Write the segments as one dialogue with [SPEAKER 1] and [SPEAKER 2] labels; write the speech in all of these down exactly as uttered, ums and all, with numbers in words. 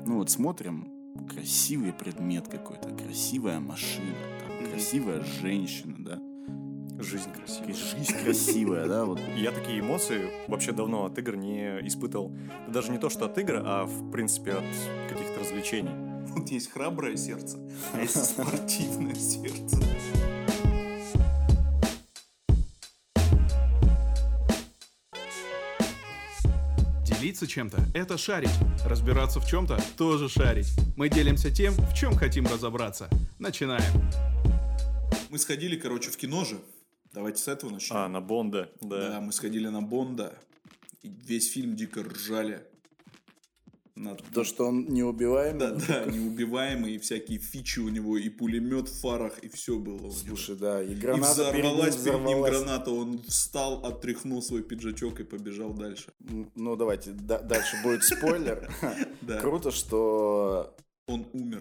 [SPEAKER 1] Ну вот смотрим, красивый предмет какой-то, красивая машина, там, красивая женщина, да.
[SPEAKER 2] Жизнь красивая.
[SPEAKER 1] Жизнь красивая, да. Вот.
[SPEAKER 2] Я такие эмоции вообще давно от игр не испытывал. Даже не то, что от игр, а в принципе от каких-то развлечений.
[SPEAKER 3] Вот есть храброе сердце, а есть спортивное сердце.
[SPEAKER 4] Делиться чем-то – это шарить. Разбираться в чем-то – тоже шарить. Мы делимся тем, в чем хотим разобраться. Начинаем.
[SPEAKER 3] Мы сходили, короче, в кино же. Давайте с этого начнем.
[SPEAKER 2] А, на Бонда, да.
[SPEAKER 3] Да, мы сходили на Бонда. И весь фильм дико ржали.
[SPEAKER 1] На... То, что он неубиваемый?
[SPEAKER 3] Да, да, неубиваемый, и всякие фичи у него, и пулемет в фарах, и все было.
[SPEAKER 1] Слушай, да, и граната
[SPEAKER 3] и взорвалась
[SPEAKER 1] перед ним,
[SPEAKER 3] перед ним граната, он встал, отряхнул свой пиджачок и побежал дальше.
[SPEAKER 1] Ну, давайте, да, дальше будет спойлер. Круто, что...
[SPEAKER 3] Он умер.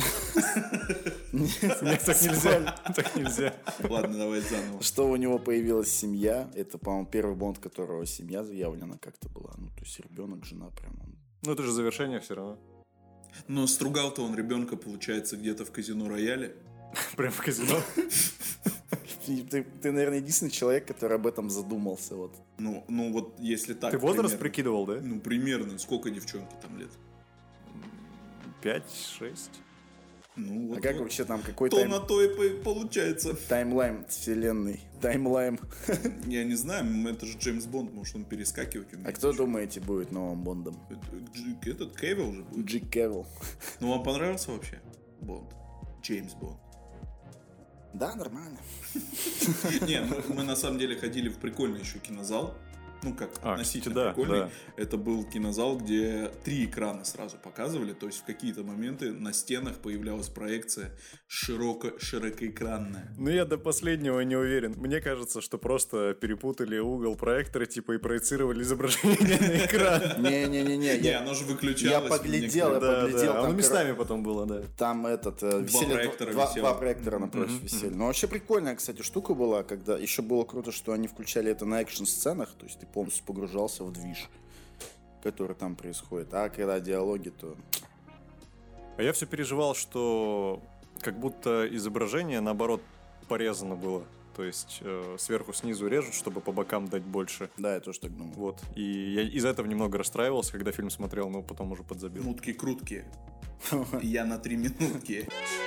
[SPEAKER 2] Нет, так нельзя. Так нельзя.
[SPEAKER 3] Ладно, давай заново.
[SPEAKER 1] Что у него появилась семья. Это, по-моему, первый Бонд, которого семья заявлена как-то была. Ну, то есть ребенок, жена прям.
[SPEAKER 2] Ну, это же завершение все равно.
[SPEAKER 3] Но стругал-то он ребенка, получается, где-то в казино Рояле.
[SPEAKER 2] Прям в казино?
[SPEAKER 1] Ты, ты, наверное, единственный человек, который об этом задумался. Вот.
[SPEAKER 3] Ну, ну вот если так.
[SPEAKER 2] Ты возраст
[SPEAKER 3] примерно,
[SPEAKER 2] прикидывал, да?
[SPEAKER 3] Ну, примерно. Сколько девчонки там лет?
[SPEAKER 2] Пять-шесть.
[SPEAKER 1] Ну, вот, а как вот, вообще там какой-то...
[SPEAKER 3] То тайм... на то и получается.
[SPEAKER 1] Таймлайн вселенной. Таймлайн.
[SPEAKER 3] Я не знаю, это же Джеймс Бонд, может он перескакивать умеет.
[SPEAKER 1] А кто, думаете, будет новым Бондом?
[SPEAKER 3] Этот Кевилл же будет.
[SPEAKER 1] Джик Кевилл.
[SPEAKER 3] Ну, вам понравился вообще Бонд? Джеймс Бонд.
[SPEAKER 1] Да, нормально.
[SPEAKER 3] Не, мы на самом деле ходили в прикольный еще кинозал. Ну, как
[SPEAKER 2] а,
[SPEAKER 3] относительно
[SPEAKER 2] кстати, да,
[SPEAKER 3] прикольный.
[SPEAKER 2] Да.
[SPEAKER 3] Это был кинозал, где три экрана сразу показывали. То есть в какие-то моменты на стенах появлялась проекция широко, широкоэкранная.
[SPEAKER 2] Ну, я до последнего не уверен. Мне кажется, что просто перепутали угол проектора, типа, и проецировали изображение на экран.
[SPEAKER 1] Не-не-не.
[SPEAKER 3] Не, оно же выключалось.
[SPEAKER 1] Я поглядел, я поглядел.
[SPEAKER 2] Оно местами потом было, да.
[SPEAKER 1] Там этот...
[SPEAKER 3] Два проектора висело.
[SPEAKER 1] Два проектора напротив висели. Ну, вообще прикольная, кстати, штука была, когда... Еще было круто, что они включали это на экшн-сценах, то есть ты полностью погружался в движ, который там происходит. А когда диалоги, то...
[SPEAKER 2] А я все переживал, что как будто изображение, наоборот, порезано было. То есть э, сверху снизу режут, чтобы по бокам дать больше.
[SPEAKER 1] Да, я тоже так думаю.
[SPEAKER 2] Вот. И я из-за этого немного расстраивался, когда фильм смотрел, но потом уже подзабил.
[SPEAKER 3] Мутки-крутки. Я на три минутки.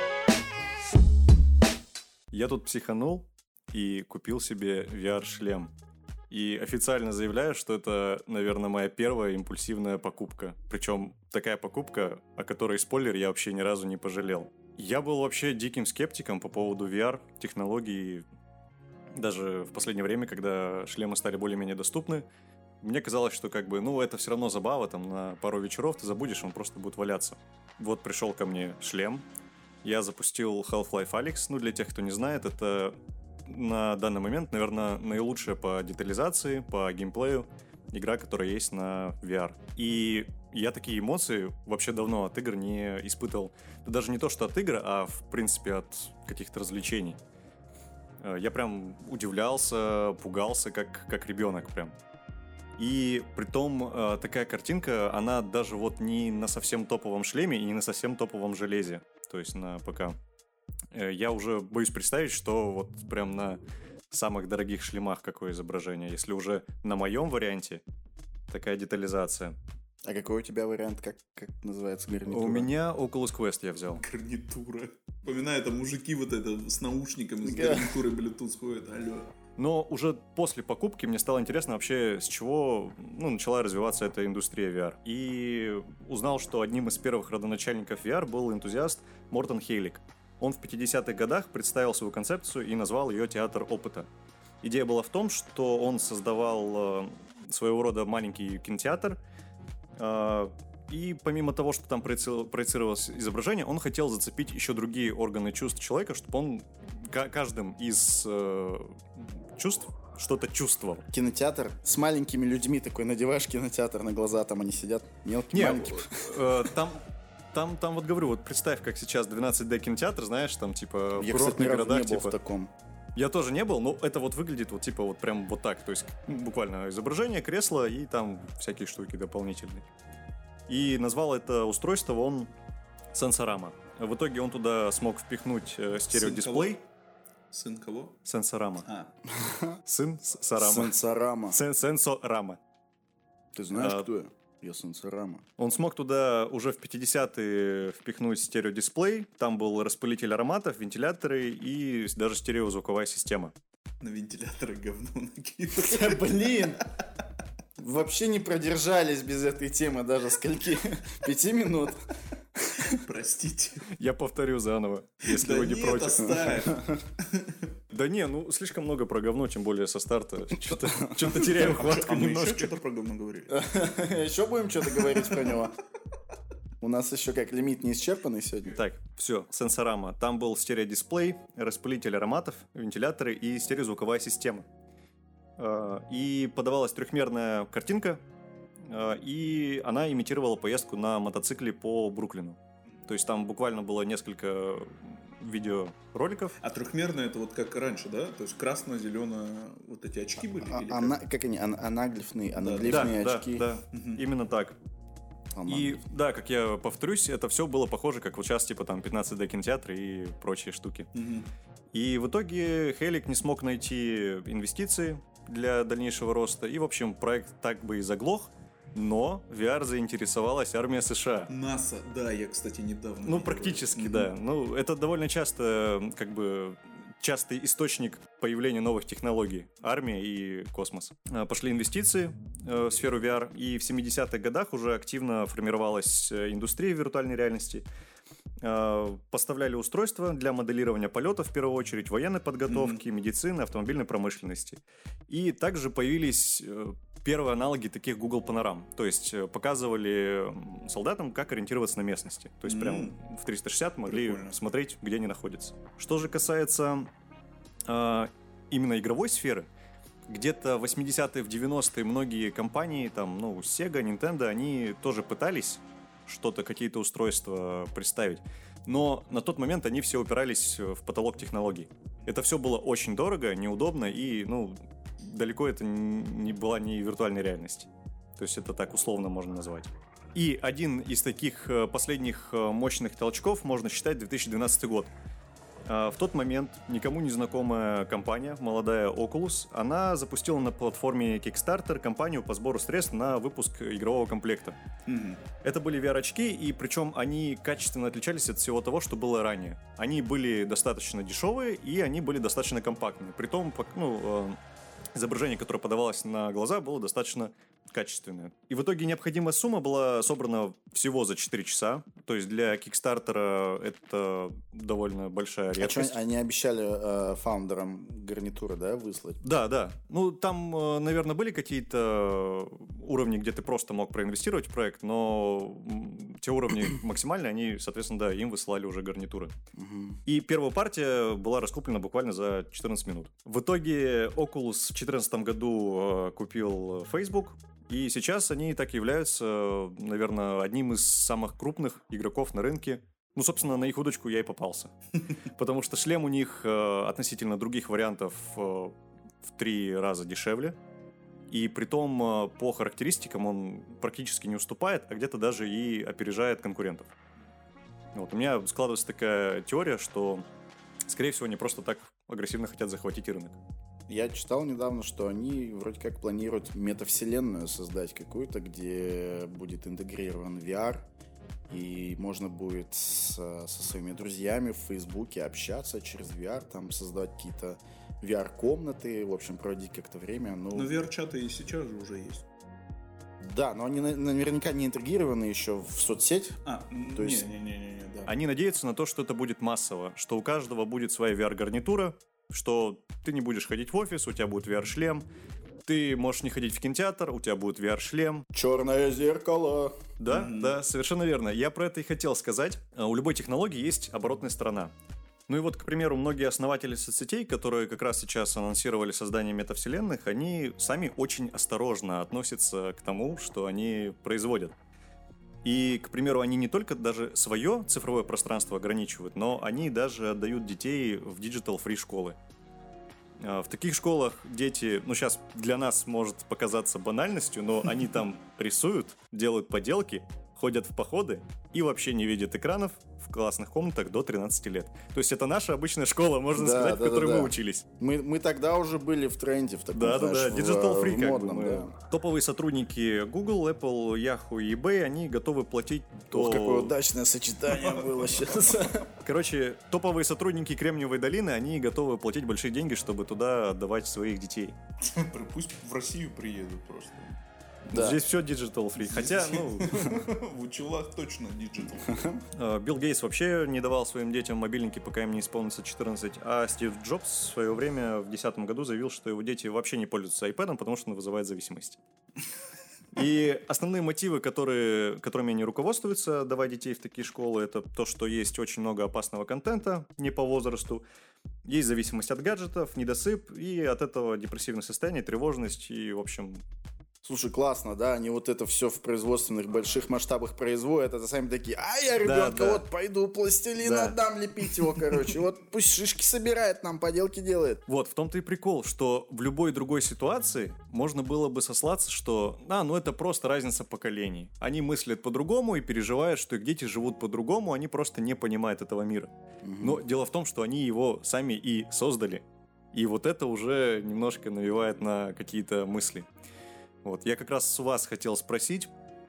[SPEAKER 2] Я тут психанул и купил себе ви ар-шлем. И официально заявляю, что это, наверное, моя первая импульсивная покупка. Причем такая покупка, о которой, спойлер, я вообще ни разу не пожалел. Я был вообще диким скептиком по поводу ви ар-технологий. Даже в последнее время, когда шлемы стали более-менее доступны, мне казалось, что как бы, ну, это все равно забава, там, на пару вечеров ты забудешь, он просто будет валяться. Вот пришел ко мне шлем, я запустил Half-Life Alyx, ну, для тех, кто не знает, это... на данный момент, наверное, наилучшая по детализации, по геймплею игра, которая есть на ви ар. И я такие эмоции вообще давно от игр не испытывал. Это даже не то, что от игр, а в принципе от каких-то развлечений. Я прям удивлялся, пугался, как, как ребенок прям. И притом такая картинка, она даже вот не на совсем топовом шлеме и не на совсем топовом железе, то есть на ПК. Я уже боюсь представить, что вот прям на самых дорогих шлемах какое изображение. Если уже на моем варианте такая детализация.
[SPEAKER 1] А какой у тебя вариант? Как, как называется гарнитура?
[SPEAKER 2] У меня Oculus Quest я взял.
[SPEAKER 3] Гарнитура. Напоминаю, это мужики вот это с наушниками, с гарнитурой Bluetooth ходят. Алло.
[SPEAKER 2] Но уже после покупки мне стало интересно вообще, с чего ну, начала развиваться эта индустрия ви ар. И узнал, что одним из первых родоначальников ви ар был энтузиаст Мортон Хейлик. Он в пятидесятых годах представил свою концепцию и назвал ее «Театр опыта». Идея была в том, что он создавал своего рода маленький кинотеатр, и помимо того, что там проецировалось изображение, он хотел зацепить еще другие органы чувств человека, чтобы он каждым из чувств что-то чувствовал.
[SPEAKER 1] Кинотеатр с маленькими людьми такой, надеваешь кинотеатр на глаза, там они сидят мелкие, маленькие.
[SPEAKER 2] Э, там... Там, там вот говорю, вот представь, как сейчас двенадцать дэ кинотеатр, знаешь, там типа в курортных городах. Я, кстати, ни разу не был
[SPEAKER 1] типа... в таком.
[SPEAKER 2] Я тоже не был, но это вот выглядит вот типа вот прям вот так. То есть буквально изображение, кресло и там всякие штуки дополнительные. и назвал это устройство он Sensorama. В итоге он туда смог впихнуть э, стереодисплей.
[SPEAKER 3] Сын кого?
[SPEAKER 2] Sensorama.
[SPEAKER 3] А.
[SPEAKER 2] Сын Сарама.
[SPEAKER 1] Sensorama.
[SPEAKER 2] Sensorama.
[SPEAKER 1] Ты знаешь,
[SPEAKER 2] А,
[SPEAKER 1] кто я? Я Sensorama.
[SPEAKER 2] Он смог туда уже в пятидесятые впихнуть стереодисплей. Там был распылитель ароматов, вентиляторы и даже стереозвуковая система.
[SPEAKER 3] На вентиляторы говно накидывают.
[SPEAKER 1] Блин! Вообще не продержались без этой темы даже скольки? Пяти минут?
[SPEAKER 3] Простите.
[SPEAKER 2] Я повторю заново, если
[SPEAKER 3] Да
[SPEAKER 2] вы не
[SPEAKER 3] нет,
[SPEAKER 2] против.
[SPEAKER 3] оставь.
[SPEAKER 2] Да не, ну слишком много про говно, тем более со старта. Что-то что-то теряю хватку
[SPEAKER 3] А мы еще
[SPEAKER 2] немножко.
[SPEAKER 3] что-то про говно говорили.
[SPEAKER 1] Еще будем что-то говорить про него? У нас еще как лимит не исчерпанный сегодня.
[SPEAKER 2] Так, все, Sensorama. Там был стереодисплей, распылитель ароматов, вентиляторы и стереозвуковая система. Э, И подавалась трехмерная картинка, э, и она имитировала поездку на мотоцикле по Бруклину. То есть там буквально было несколько видеороликов.
[SPEAKER 3] А трехмерное это вот как раньше, да? То есть красно-зелено вот эти очки были?
[SPEAKER 1] А-
[SPEAKER 3] или
[SPEAKER 1] ана-
[SPEAKER 3] как?
[SPEAKER 1] Как они? Ан- Анаглифные,
[SPEAKER 2] Да,
[SPEAKER 1] анаглифные
[SPEAKER 2] да,
[SPEAKER 1] очки.
[SPEAKER 2] да, именно так. И
[SPEAKER 1] Анаглиф.
[SPEAKER 2] да, как я повторюсь, это все было похоже, как вот сейчас, типа там пятнадцать дэ кинотеатры и прочие штуки.
[SPEAKER 3] Мгм.
[SPEAKER 2] И в итоге Хелик не смог найти инвестиции для дальнейшего роста. И, в общем, проект так бы и заглох. Но ви ар заинтересовалась армия США.
[SPEAKER 3] НАСА, да, я, кстати, недавно
[SPEAKER 2] Ну,
[SPEAKER 3] видел.
[SPEAKER 2] практически,
[SPEAKER 3] Мгм.
[SPEAKER 2] да. Ну, это довольно часто, как бы, частый источник появления новых технологий. Армия и космос. А, Пошли инвестиции э, в сферу ви ар. И в семидесятых годах уже активно формировалась э, индустрия виртуальной реальности. Э, Поставляли устройства для моделирования полетов, в первую очередь, военной подготовки, медицины, автомобильной промышленности. И также появились э, первые аналоги таких Google Панорам. То есть э, показывали м, солдатам, как ориентироваться на местности. То есть прям
[SPEAKER 3] М.
[SPEAKER 2] в триста шестьдесят могли
[SPEAKER 3] Прикольно.
[SPEAKER 2] смотреть, где они находятся. Что же касается э, именно игровой сферы, где-то в восьмидесятые, в девяностые многие компании, там, ну, Sega, Nintendo, они тоже пытались что-то, какие-то устройства представить. Но на тот момент они все упирались в потолок технологий. Это все было очень дорого, неудобно и, ну, далеко это не была не виртуальной реальность. То есть это так условно можно назвать. И один из таких э, последних э, мощных толчков можно считать две тысячи двенадцатый год. А, В тот момент никому не знакомая компания, молодая Oculus, она запустила на платформе Kickstarter кампанию по сбору средств на выпуск игрового комплекта.
[SPEAKER 3] Мгм.
[SPEAKER 2] Это были ви ар-очки, и причем они качественно отличались от всего того, что было ранее. Они были достаточно дешевые, и они были достаточно компактные. Притом, пок- ну, э, изображение, которое подавалось на глаза, было достаточно качественное. И в итоге необходимая сумма была собрана всего за четыре часа. То есть для Кикстартера это довольно большая
[SPEAKER 1] А что,
[SPEAKER 2] редкость.
[SPEAKER 1] они обещали э, фаундерам гарнитуры, да, выслать?
[SPEAKER 2] Да, да. Ну, там, э, наверное, были какие-то уровни, где ты просто мог проинвестировать в проект, но м, те уровни максимальные, они, соответственно, да, им высылали уже гарнитуры.
[SPEAKER 1] Мгм.
[SPEAKER 2] И первая партия была раскуплена буквально за четырнадцать минут. В итоге Oculus в две тысячи четырнадцатом году э, купил Facebook, и сейчас они так являются, наверное, одним из самых крупных игроков на рынке. Ну, собственно, на их удочку я и попался. Потому что шлем у них э, относительно других вариантов э, в три раза дешевле. И притом э, по характеристикам он практически не уступает, а где-то даже и опережает конкурентов. Вот. У меня складывается такая теория, что, скорее всего, они просто так агрессивно хотят захватить рынок.
[SPEAKER 1] Я читал недавно, что они вроде как планируют метавселенную создать какую-то, где будет интегрирован ви ар, и можно будет с- со своими друзьями в Фейсбуке общаться через ви ар, там создавать какие-то ви ар-комнаты, в общем, проводить как-то время. Ну,
[SPEAKER 3] Но ви ар-чаты и сейчас же уже есть.
[SPEAKER 1] да, но они на- наверняка не интегрированы еще в соцсеть.
[SPEAKER 3] А, н-
[SPEAKER 1] То есть-
[SPEAKER 3] не-не-не, да.
[SPEAKER 2] Они надеются на то, что это будет массово, что у каждого будет своя ви ар-гарнитура, что ты не будешь ходить в офис, у тебя будет ви ар-шлем, ты можешь не ходить в кинотеатр, у тебя будет ви ар-шлем.
[SPEAKER 1] Черное зеркало.
[SPEAKER 2] Да,
[SPEAKER 3] Мгм.
[SPEAKER 2] да, совершенно верно. Я про это и хотел сказать. А, У любой технологии есть оборотная сторона. Ну и вот, к примеру, многие основатели соцсетей, которые как раз сейчас анонсировали создание метавселенных, они сами очень осторожно относятся к тому, что они производят. И, к примеру, они не только даже свое цифровое пространство ограничивают, но они даже отдают детей в диджитал-фри школы. А, В таких школах дети, ну сейчас для нас может показаться банальностью, но они там рисуют, делают поделки, ходят в походы и вообще не видят экранов в классных комнатах до тринадцати лет. То есть это наша обычная школа, можно
[SPEAKER 1] Да,
[SPEAKER 2] сказать,
[SPEAKER 1] да,
[SPEAKER 2] в которой
[SPEAKER 1] да,
[SPEAKER 2] мы
[SPEAKER 1] да.
[SPEAKER 2] учились.
[SPEAKER 1] Мы, мы тогда уже были в тренде, в таком,
[SPEAKER 2] Да-да-да,
[SPEAKER 1] знаешь, в-
[SPEAKER 2] Digital Free
[SPEAKER 1] в
[SPEAKER 2] как
[SPEAKER 1] модном,
[SPEAKER 2] бы мы.
[SPEAKER 1] да.
[SPEAKER 2] Топовые сотрудники Google, Apple, Yahoo и eBay, они готовы платить до...
[SPEAKER 1] Ох, какое удачное сочетание было сейчас.
[SPEAKER 2] Короче, топовые сотрудники Кремниевой долины, они готовы платить большие деньги, чтобы туда отдавать своих детей.
[SPEAKER 3] Пусть в Россию приедут просто.
[SPEAKER 1] Да.
[SPEAKER 2] Здесь все Digital Free. Хотя, ну,
[SPEAKER 3] В Учелах точно диджитал.
[SPEAKER 2] э, Билл Гейтс вообще не давал своим детям мобильники, пока им не исполнится четырнадцать, а Стив Джобс в свое время в две тысячи десятом году заявил, что его дети вообще не пользуются iPad'ом, потому что он вызывает зависимость. И основные мотивы, которые, которыми они руководствуются, давая детей в такие школы, это то, что есть очень много опасного контента, не по возрасту, есть зависимость от гаджетов, недосып, и от этого депрессивное состояние, тревожность, и, в общем...
[SPEAKER 1] Слушай, классно, да, они вот это все в производственных больших масштабах производят, это сами такие, а я ребенка
[SPEAKER 2] да.
[SPEAKER 1] вот пойду пластилин
[SPEAKER 2] Да.
[SPEAKER 1] отдам лепить его, короче, вот пусть шишки собирает, нам поделки делает.
[SPEAKER 2] Вот, в том-то и прикол, что в любой другой ситуации можно было бы сослаться, что, а, ну это просто разница поколений. Они мыслят по-другому и переживают, что их дети живут по-другому, они просто не понимают этого мира. Но дело в том, что они его сами и создали. И вот это уже немножко навевает на какие-то мысли. Вот, я как раз у вас хотел спросить,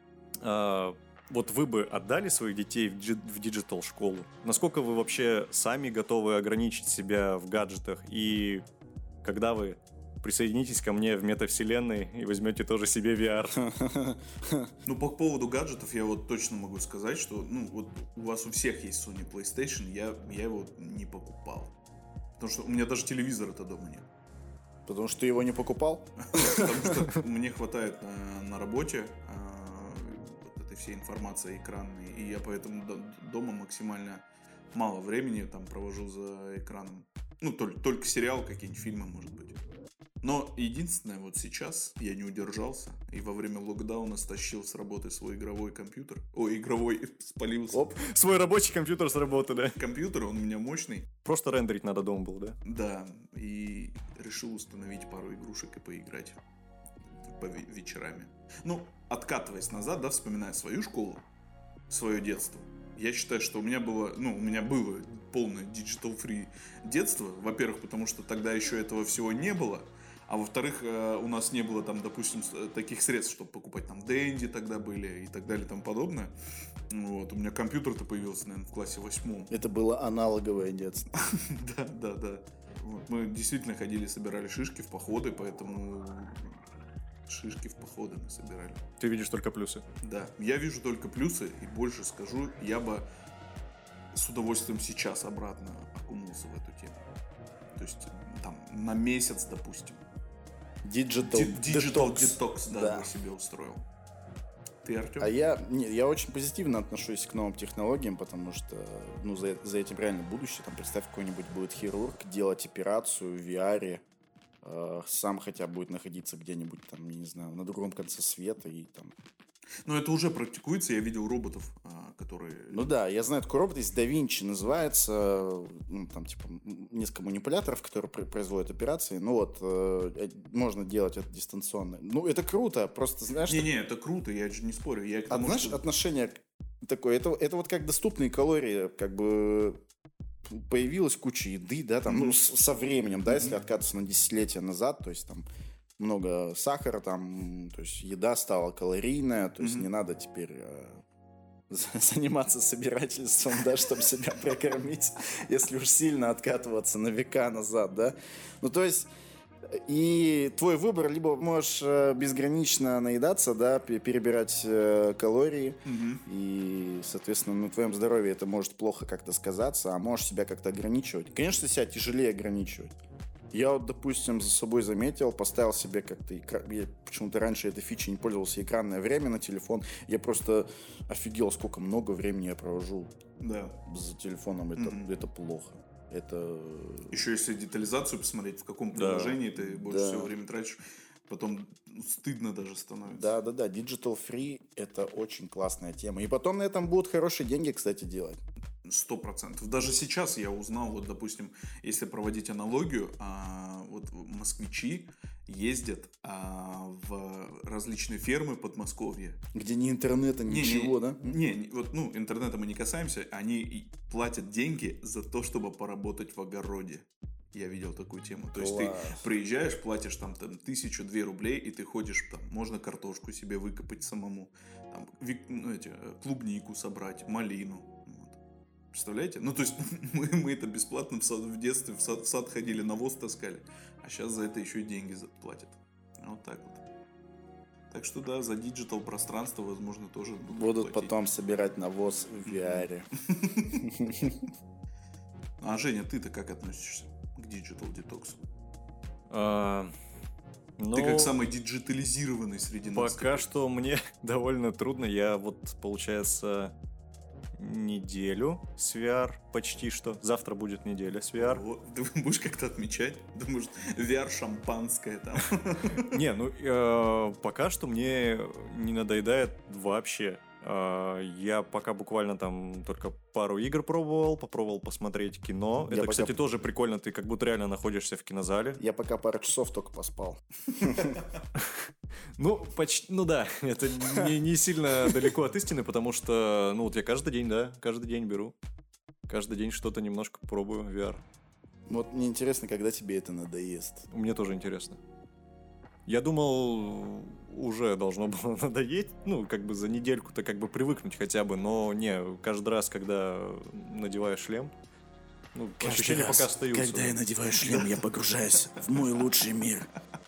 [SPEAKER 2] а, вот вы бы отдали своих детей в, джи- в диджитал-школу? Насколько вы вообще сами готовы ограничить себя в гаджетах? И когда вы присоединитесь ко мне в метавселенной и возьмете тоже себе ви ар?
[SPEAKER 3] Ну, по поводу гаджетов я вот точно могу сказать, что, ну, вот у вас у всех есть Sony PlayStation, я, я его не покупал. Потому что у меня даже телевизора-то дома нет.
[SPEAKER 1] Потому что ты его не покупал?
[SPEAKER 3] Потому что мне хватает на, на работе а, вот этой всей информации экранной, и я поэтому до- дома максимально мало времени там провожу за экраном. Ну, только, только сериал, какие-нибудь фильмы, может быть. Но единственное, вот сейчас я не удержался и во время локдауна стащил с работы свой игровой компьютер. Ой, игровой, спалился.
[SPEAKER 1] Оп.
[SPEAKER 2] Свой рабочий компьютер с работы, да?
[SPEAKER 3] Компьютер, он у меня мощный.
[SPEAKER 2] Просто рендерить надо дома был, да?
[SPEAKER 3] Да, и решил установить пару игрушек и поиграть по ве- вечерами. Ну, откатываясь назад, да, вспоминая свою школу, свое детство, я считаю, что у меня было, ну, у меня было полное digital-free детство. Во-первых, потому что тогда еще этого всего не было. А во-вторых, э, у нас не было там, допустим, с- таких средств, чтобы покупать там Денди тогда были и так далее и тому подобное. Вот. У меня компьютер-то появился, наверное, в классе восьмом.
[SPEAKER 1] Это было аналоговое детство.
[SPEAKER 3] Да, да, да. Вот. Мы действительно ходили, собирали шишки в походы, поэтому шишки в походы мы собирали.
[SPEAKER 2] Ты видишь только плюсы.
[SPEAKER 3] Да, я вижу только плюсы, и больше скажу, я бы с удовольствием сейчас обратно окунулся в эту тему. То есть там на месяц, допустим.
[SPEAKER 1] Digital
[SPEAKER 3] Ди- Digital
[SPEAKER 1] detox.
[SPEAKER 3] Detox, да,
[SPEAKER 1] Да.
[SPEAKER 3] бы себе устроил. Ты, Артем?
[SPEAKER 1] А я, не, я очень позитивно отношусь к новым технологиям, потому что, ну, за, за этим реально будущее. Там, представь, какой-нибудь будет хирург делать операцию в ви ар, э, сам хотя будет находиться где-нибудь там, я не знаю, на другом конце света и там.
[SPEAKER 3] Ну, это уже практикуется, я видел роботов, а, которые...
[SPEAKER 1] Ну да, я знаю, такой робот есть, DaVinci называется, ну, там, типа, м, несколько манипуляторов, которые пр- производят операции. Ну вот, э, э, можно делать это дистанционно. Ну, это круто, просто, знаешь, что-
[SPEAKER 3] Не-не, это круто, я же не спорю. Я к
[SPEAKER 1] А
[SPEAKER 3] тому,
[SPEAKER 1] знаешь,
[SPEAKER 3] что-
[SPEAKER 1] отношение такое, это, это вот как доступные калории, как бы появилась куча еды, да, там, ну, с- со временем, да, если откатываться на десятилетия назад, то есть там много сахара, там, то есть еда стала калорийная, то есть
[SPEAKER 3] Мгм.
[SPEAKER 1] не надо теперь э, за- заниматься собирательством, да, чтобы себя прокормить, если уж сильно откатываться на века назад, да. Ну, то есть и твой выбор, либо можешь э, безгранично наедаться, да, пе- перебирать э, калории,
[SPEAKER 3] Мгм.
[SPEAKER 1] и, соответственно, на твоем здоровье это может плохо как-то сказаться, а можешь себя как-то ограничивать. Конечно, себя тяжелее ограничивать. Я вот, допустим, за собой заметил, поставил себе как-то... экра- Я почему-то раньше этой фичей не пользовался, экранное время на телефон. Я просто офигел, сколько много времени я провожу
[SPEAKER 3] Да.
[SPEAKER 1] за телефоном. Это,
[SPEAKER 3] Мгм.
[SPEAKER 1] это плохо. Это...
[SPEAKER 3] Еще если детализацию посмотреть, в каком
[SPEAKER 2] Да.
[SPEAKER 3] приложении ты больше
[SPEAKER 1] Да.
[SPEAKER 3] всего времени тратишь, потом ну, стыдно даже становится.
[SPEAKER 1] Да-да-да, Digital Free — это очень классная тема. И потом на этом будут хорошие деньги, кстати, делать.
[SPEAKER 3] Сто процентов. Даже сейчас я узнал, вот, допустим, если проводить аналогию, а, вот москвичи ездят а, в различные фермы Подмосковья.
[SPEAKER 1] Где ни интернета, ничего,
[SPEAKER 3] не,
[SPEAKER 1] да?
[SPEAKER 3] Не, не, вот, ну, интернета мы не касаемся, они платят деньги за то, чтобы поработать в огороде. Я видел такую тему. То есть ты приезжаешь, платишь там, там тысячу-две рублей, и ты ходишь, там, можно картошку себе выкопать самому, там, ну, эти, клубнику собрать, малину. Вот. Представляете? Ну, то есть мы, мы это бесплатно в, сад, в детстве в сад, в сад ходили, навоз таскали, а сейчас за это еще и деньги платят. Вот так вот. Так что да, за диджитал пространство, возможно, тоже будут,
[SPEAKER 1] будут
[SPEAKER 3] платить.
[SPEAKER 1] Потом собирать навоз в ви ар.
[SPEAKER 3] А, Женя, ты-то как относишься к диджитал детоксу?
[SPEAKER 2] А, ну,
[SPEAKER 3] ты как самый диджитализированный среди нас.
[SPEAKER 2] Пока что мне довольно трудно. Я вот, получается, неделю с ви ар почти что. Завтра будет неделя с ви ар.
[SPEAKER 3] Вот, ты будешь как-то отмечать? Думаешь, ви ар шампанское там?
[SPEAKER 2] Не, ну э, пока что мне не надоедает вообще. Э, я пока буквально там только пару игр пробовал, попробовал посмотреть кино.
[SPEAKER 1] Я
[SPEAKER 2] Это,
[SPEAKER 1] пока...
[SPEAKER 2] кстати, тоже прикольно. Ты как будто реально находишься в кинозале.
[SPEAKER 1] Я пока пару часов только поспал.
[SPEAKER 2] Ну, почти, ну да, это не, не сильно далеко от истины, потому что, ну вот я каждый день, да, каждый день беру. Каждый день что-то немножко пробую ви ар.
[SPEAKER 1] Вот мне интересно, когда тебе это надоест.
[SPEAKER 2] Мне тоже интересно. Я думал, уже должно было надоесть, ну, как бы за недельку-то как бы привыкнуть хотя бы, но не, каждый раз, когда надеваешь шлем, ну,
[SPEAKER 1] каждый
[SPEAKER 2] ощущения
[SPEAKER 1] раз,
[SPEAKER 2] пока остаются.
[SPEAKER 1] Когда я надеваю шлем, я погружаюсь в мой лучший мир.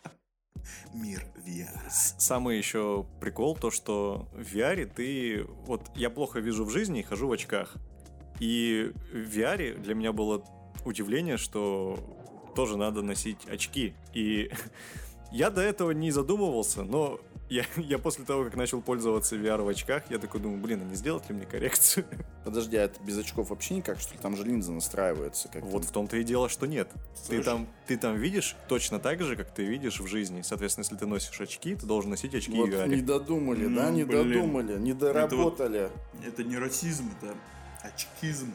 [SPEAKER 3] Мир ви ар.
[SPEAKER 2] Самый еще прикол то, что в ви ар ты... Вот я плохо вижу в жизни и хожу в очках. И в ви ар для меня было удивление, что тоже надо носить очки. И я до этого не задумывался, но я, я после того, как начал пользоваться ви ар в очках, я такой думаю, блин, а не сделать ли мне коррекцию?
[SPEAKER 1] Подожди, а это без очков вообще никак, что ли? Там же линза настраивается как-то.
[SPEAKER 2] Вот в том-то и дело, что нет. Ты там, ты там видишь точно так же, как ты видишь в жизни. Соответственно, если ты носишь очки, ты должен носить очки
[SPEAKER 1] вот
[SPEAKER 2] в ви ар.
[SPEAKER 1] Не додумали,
[SPEAKER 3] ну,
[SPEAKER 1] да? Не
[SPEAKER 3] блин.
[SPEAKER 1] додумали, не доработали.
[SPEAKER 3] Это, вот, это не расизм, это очкизм.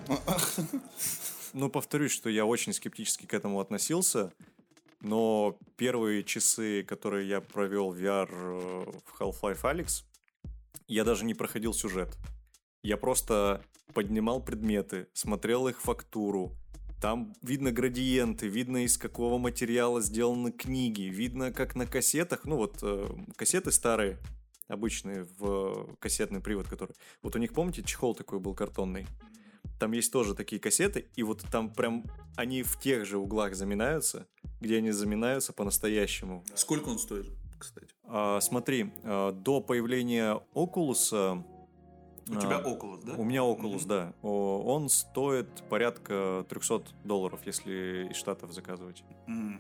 [SPEAKER 2] Ну, повторюсь, что я очень скептически к этому относился. Но первые часы, которые я провел в ви ар в Half-Life Alyx, я даже не проходил сюжет. Я просто поднимал предметы, смотрел их фактуру. Там видно градиенты, видно, из какого материала сделаны книги, видно, как на кассетах, ну вот э, кассеты старые, обычные, в кассетный привод, который... Вот у них, помните, чехол такой был картонный? Там есть тоже такие кассеты, и вот там прям они в тех же углах заминаются, где они заминаются по-настоящему.
[SPEAKER 3] Сколько он стоит, кстати?
[SPEAKER 2] А, смотри, а, до появления Oculus...
[SPEAKER 3] У а, тебя Oculus, да?
[SPEAKER 2] У меня Oculus, mm-hmm. да. О, он стоит порядка триста долларов, если из Штатов заказывать.
[SPEAKER 3] Mm.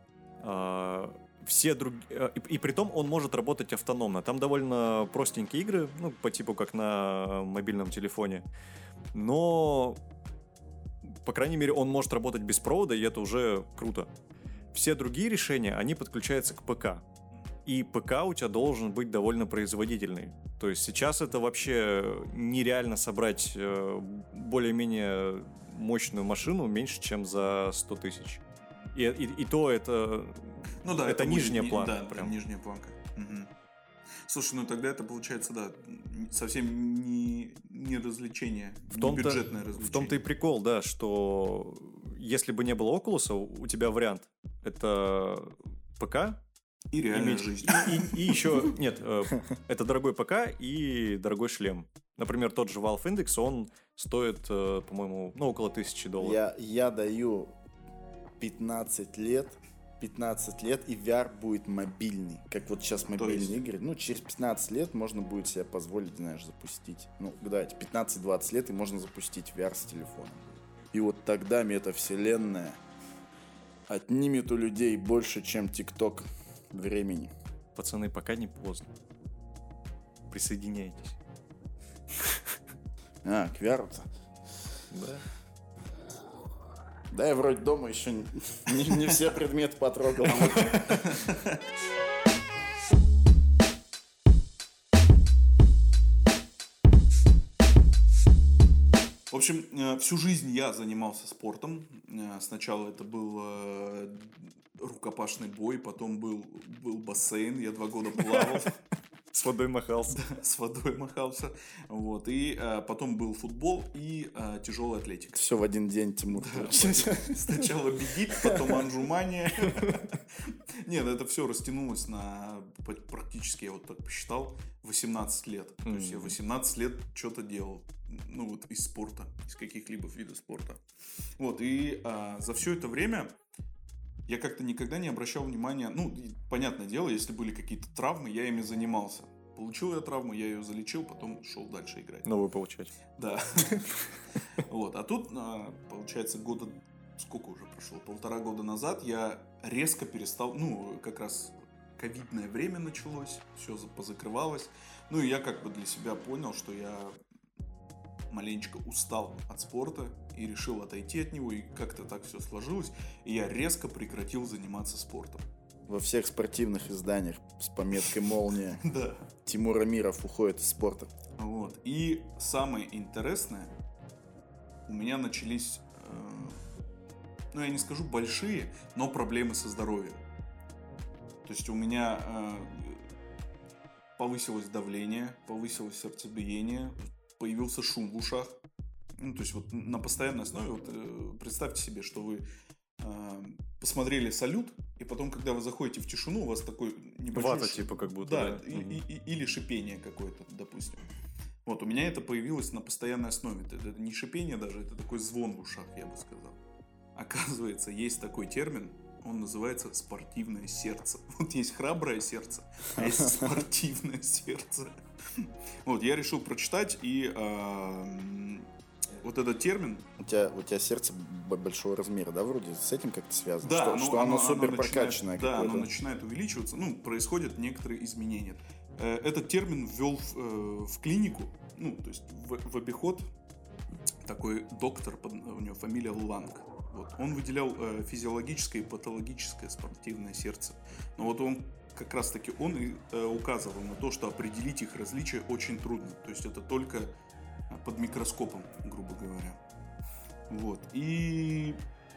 [SPEAKER 2] А, все другие... И, и при том он может работать автономно. Там довольно простенькие игры, ну, по типу как на мобильном телефоне. Но, по крайней мере, он может работать без провода, и это уже круто. Все другие решения, они подключаются к ПК. И ПК у тебя должен быть довольно производительный. То есть сейчас это вообще нереально собрать более-менее мощную машину меньше, чем за сто тысяч. И, и, и то это,
[SPEAKER 3] ну да,
[SPEAKER 2] это, это нижняя
[SPEAKER 3] будет,
[SPEAKER 2] планка.
[SPEAKER 3] Да, прям нижняя планка. Угу. Слушай, ну тогда это получается, да, совсем не, не развлечение,
[SPEAKER 2] в
[SPEAKER 3] не
[SPEAKER 2] том-то,
[SPEAKER 3] бюджетное развлечение.
[SPEAKER 2] В том-то и прикол, да, что если бы не было Oculus, у тебя вариант. Это ПК.
[SPEAKER 3] И реальная жизнь.
[SPEAKER 2] И, и, и еще, нет, это дорогой ПК и дорогой шлем. Например, тот же Valve Index, он стоит, по-моему, ну, около тысячи долларов.
[SPEAKER 1] Я, я даю пятнадцать лет, пятнадцать лет, и ви ар будет мобильный. Как вот сейчас мобильные игры. Ну, через пятнадцать лет можно будет себе позволить, знаешь, запустить. Ну, давайте, пятнадцать-двадцать лет, и можно запустить ви ар с телефоном. И вот тогда метавселенная отнимет у людей больше, чем ТикТок времени.
[SPEAKER 2] Пацаны, пока не поздно. Присоединяйтесь.
[SPEAKER 1] А, к ви ар-то?
[SPEAKER 2] Да.
[SPEAKER 1] Да, я вроде дома еще не, не, не все предметы потрогал.
[SPEAKER 3] В общем, всю жизнь я занимался спортом. Сначала это был рукопашный бой, потом был, был бассейн, я два года плавал.
[SPEAKER 2] С водой махался.
[SPEAKER 3] С водой махался. Вот. И а, потом был футбол и а, тяжелая атлетика.
[SPEAKER 1] Все в один день, Тимур.
[SPEAKER 3] Да, сначала бегит, потом анжумания. Нет, это все растянулось на практически, я вот так посчитал, восемнадцать лет. То есть я восемнадцать лет что-то делал. Ну вот из спорта, из каких-либо видов спорта. Вот. И а, за все это время я как-то никогда не обращал внимания, ну, понятное дело, если были какие-то травмы, я ими занимался. Получил я травму, я ее залечил, потом шел дальше играть.
[SPEAKER 2] Новую получать.
[SPEAKER 3] Да. Вот. А тут, получается, года, сколько уже прошло, полтора года назад я резко перестал, ну, как раз ковидное время началось, все позакрывалось. Ну, и я как бы для себя понял, что я маленечко устал от спорта и решил отойти от него, и как-то так все сложилось, и я резко прекратил заниматься спортом.
[SPEAKER 1] Во всех спортивных изданиях с пометкой «Молния»
[SPEAKER 3] Да.
[SPEAKER 1] Тимур Амиров уходит из спорта.
[SPEAKER 3] Вот. И самое интересное, у меня начались, э, ну я не скажу большие, но проблемы со здоровьем. То есть у меня э, повысилось давление, повысилось сердцебиение, появился шум в ушах. Ну, то есть вот на постоянной основе, вот, э, представьте себе, что вы э, посмотрели «Салют», и потом, когда вы заходите в тишину, у вас такой небольшой...
[SPEAKER 2] Вата
[SPEAKER 3] ш...
[SPEAKER 2] типа как будто.
[SPEAKER 3] Да,
[SPEAKER 2] Да.
[SPEAKER 3] И, и, и, или шипение какое-то, допустим. Вот, у меня это появилось на постоянной основе. Это, это не шипение даже, это такой звон в ушах, я бы сказал. Оказывается, есть такой термин, он называется «спортивное сердце». Вот есть храброе сердце, а есть спортивное сердце. Вот, я решил прочитать, и э, вот этот термин...
[SPEAKER 1] У тебя, у тебя сердце большого размера, да, вроде? С этим как-то связано?
[SPEAKER 3] Да,
[SPEAKER 1] что,
[SPEAKER 3] оно,
[SPEAKER 1] что оно,
[SPEAKER 3] оно
[SPEAKER 1] супер
[SPEAKER 3] начинает,
[SPEAKER 1] прокачанное
[SPEAKER 3] да,
[SPEAKER 1] какое-то.
[SPEAKER 3] оно начинает увеличиваться. Ну, происходят некоторые изменения. Этот термин ввел в, в клинику, ну, то есть в, в обиход такой доктор, у него фамилия Ланг. Вот. Он выделял э, физиологическое и патологическое спортивное сердце. Но вот он как раз таки он и э, указывал на то, что определить их различия очень трудно. То есть это только под микроскопом, грубо говоря. Вот. И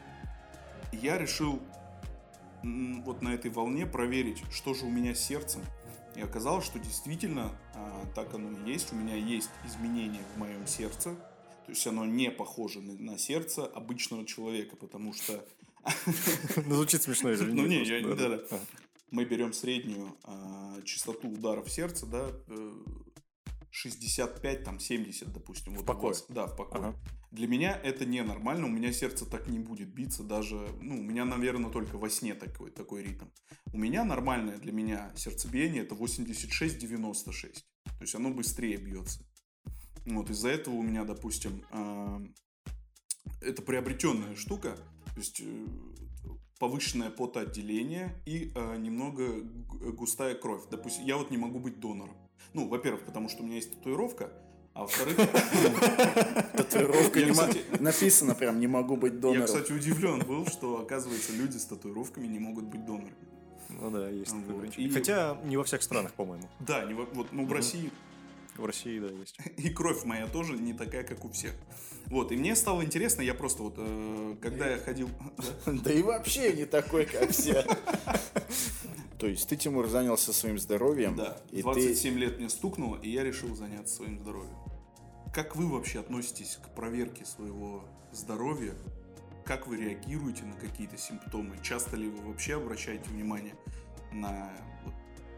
[SPEAKER 3] я решил м, вот на этой волне проверить, что же у меня с сердцем. И оказалось, что действительно а, так оно и есть. У меня есть изменения в моем сердце. То есть оно не похоже на, на сердце обычного человека, потому что...
[SPEAKER 2] Ну, звучит смешно, извини.
[SPEAKER 3] Ну, не, я, да, да. Мы берем среднюю а, частоту ударов сердца, да, шестьдесят пять, там, семьдесят, допустим.
[SPEAKER 2] В
[SPEAKER 3] вот
[SPEAKER 2] покое?
[SPEAKER 3] вас, да, в покое.
[SPEAKER 2] Ага.
[SPEAKER 3] Для меня это ненормально, у меня сердце так не будет биться даже, ну, у меня, наверное, только во сне такой, такой ритм. У меня нормальное для меня сердцебиение это восемьдесят шесть девяносто шесть, то есть оно быстрее бьется. Вот, из-за этого у меня, допустим, э, это приобретенная штука, то есть э, повышенное потоотделение и э, немного густая кровь. Допустим, я вот не могу быть донором. Ну, во-первых, потому что у меня есть татуировка, а во-вторых...
[SPEAKER 1] Татуировка написано прям «не могу быть донором».
[SPEAKER 3] Я, кстати, удивлен был, что, оказывается, люди с татуировками не могут быть донорами.
[SPEAKER 2] Ну да, есть такое
[SPEAKER 3] Вот.
[SPEAKER 2] ограничение.
[SPEAKER 3] И-
[SPEAKER 2] Хотя не во всех странах, по-моему.
[SPEAKER 3] Да, не во- вот, ну, в
[SPEAKER 2] Мгм.
[SPEAKER 3] России
[SPEAKER 2] В России, да, есть.
[SPEAKER 3] и кровь моя тоже не такая, как у всех. Вот, и мне стало интересно, я просто вот, э, когда я ходил... Да?
[SPEAKER 1] Да и вообще не такой, как все. То есть ты, Тимур, занялся своим здоровьем.
[SPEAKER 3] Да,
[SPEAKER 1] и
[SPEAKER 3] двадцать
[SPEAKER 1] ты...
[SPEAKER 3] семь лет мне стукнуло, и я решил заняться своим здоровьем. Как вы вообще относитесь к проверке своего здоровья? Как вы реагируете на какие-то симптомы? Часто ли вы вообще обращаете внимание на вот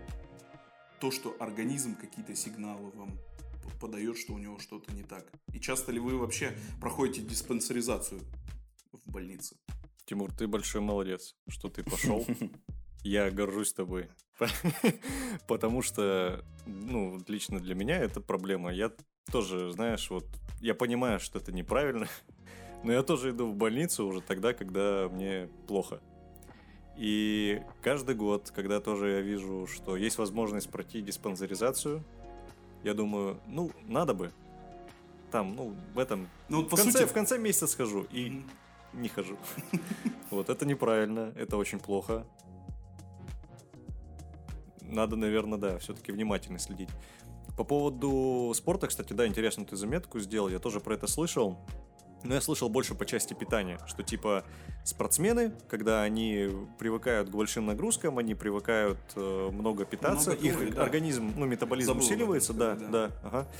[SPEAKER 3] то, что организм какие-то сигналы вам п- подает, что у него что-то не так? И часто ли вы вообще проходите диспансеризацию в больнице?
[SPEAKER 2] Тимур, ты большой молодец, что ты пошел. Я горжусь тобой. Потому что, ну, лично для меня это проблема. Я тоже, знаешь, вот, я понимаю, что это неправильно, но я тоже иду в больницу уже тогда, когда мне плохо. И каждый год, когда тоже я вижу, что есть возможность пройти диспансеризацию, я думаю, ну, надо бы. Там, ну, в этом...
[SPEAKER 3] Ну, вот
[SPEAKER 2] в,
[SPEAKER 3] по
[SPEAKER 2] конце,
[SPEAKER 3] сути...
[SPEAKER 2] в конце месяца схожу и
[SPEAKER 3] Мгм.
[SPEAKER 2] не хожу. Вот, это неправильно, это очень плохо. Надо, наверное, да, все-таки внимательно следить. По поводу спорта, кстати, да, интересно, ты заметку сделал, я тоже про это слышал. Но я слышал больше по части питания, что типа спортсмены, когда они привыкают к большим нагрузкам, они привыкают э, много питаться,
[SPEAKER 3] Много
[SPEAKER 2] их
[SPEAKER 3] калорий, да.
[SPEAKER 2] организм, ну, метаболизм
[SPEAKER 3] Забыл
[SPEAKER 2] усиливается,
[SPEAKER 3] об
[SPEAKER 2] да,
[SPEAKER 3] этом
[SPEAKER 2] да,
[SPEAKER 3] сказать,
[SPEAKER 2] ага.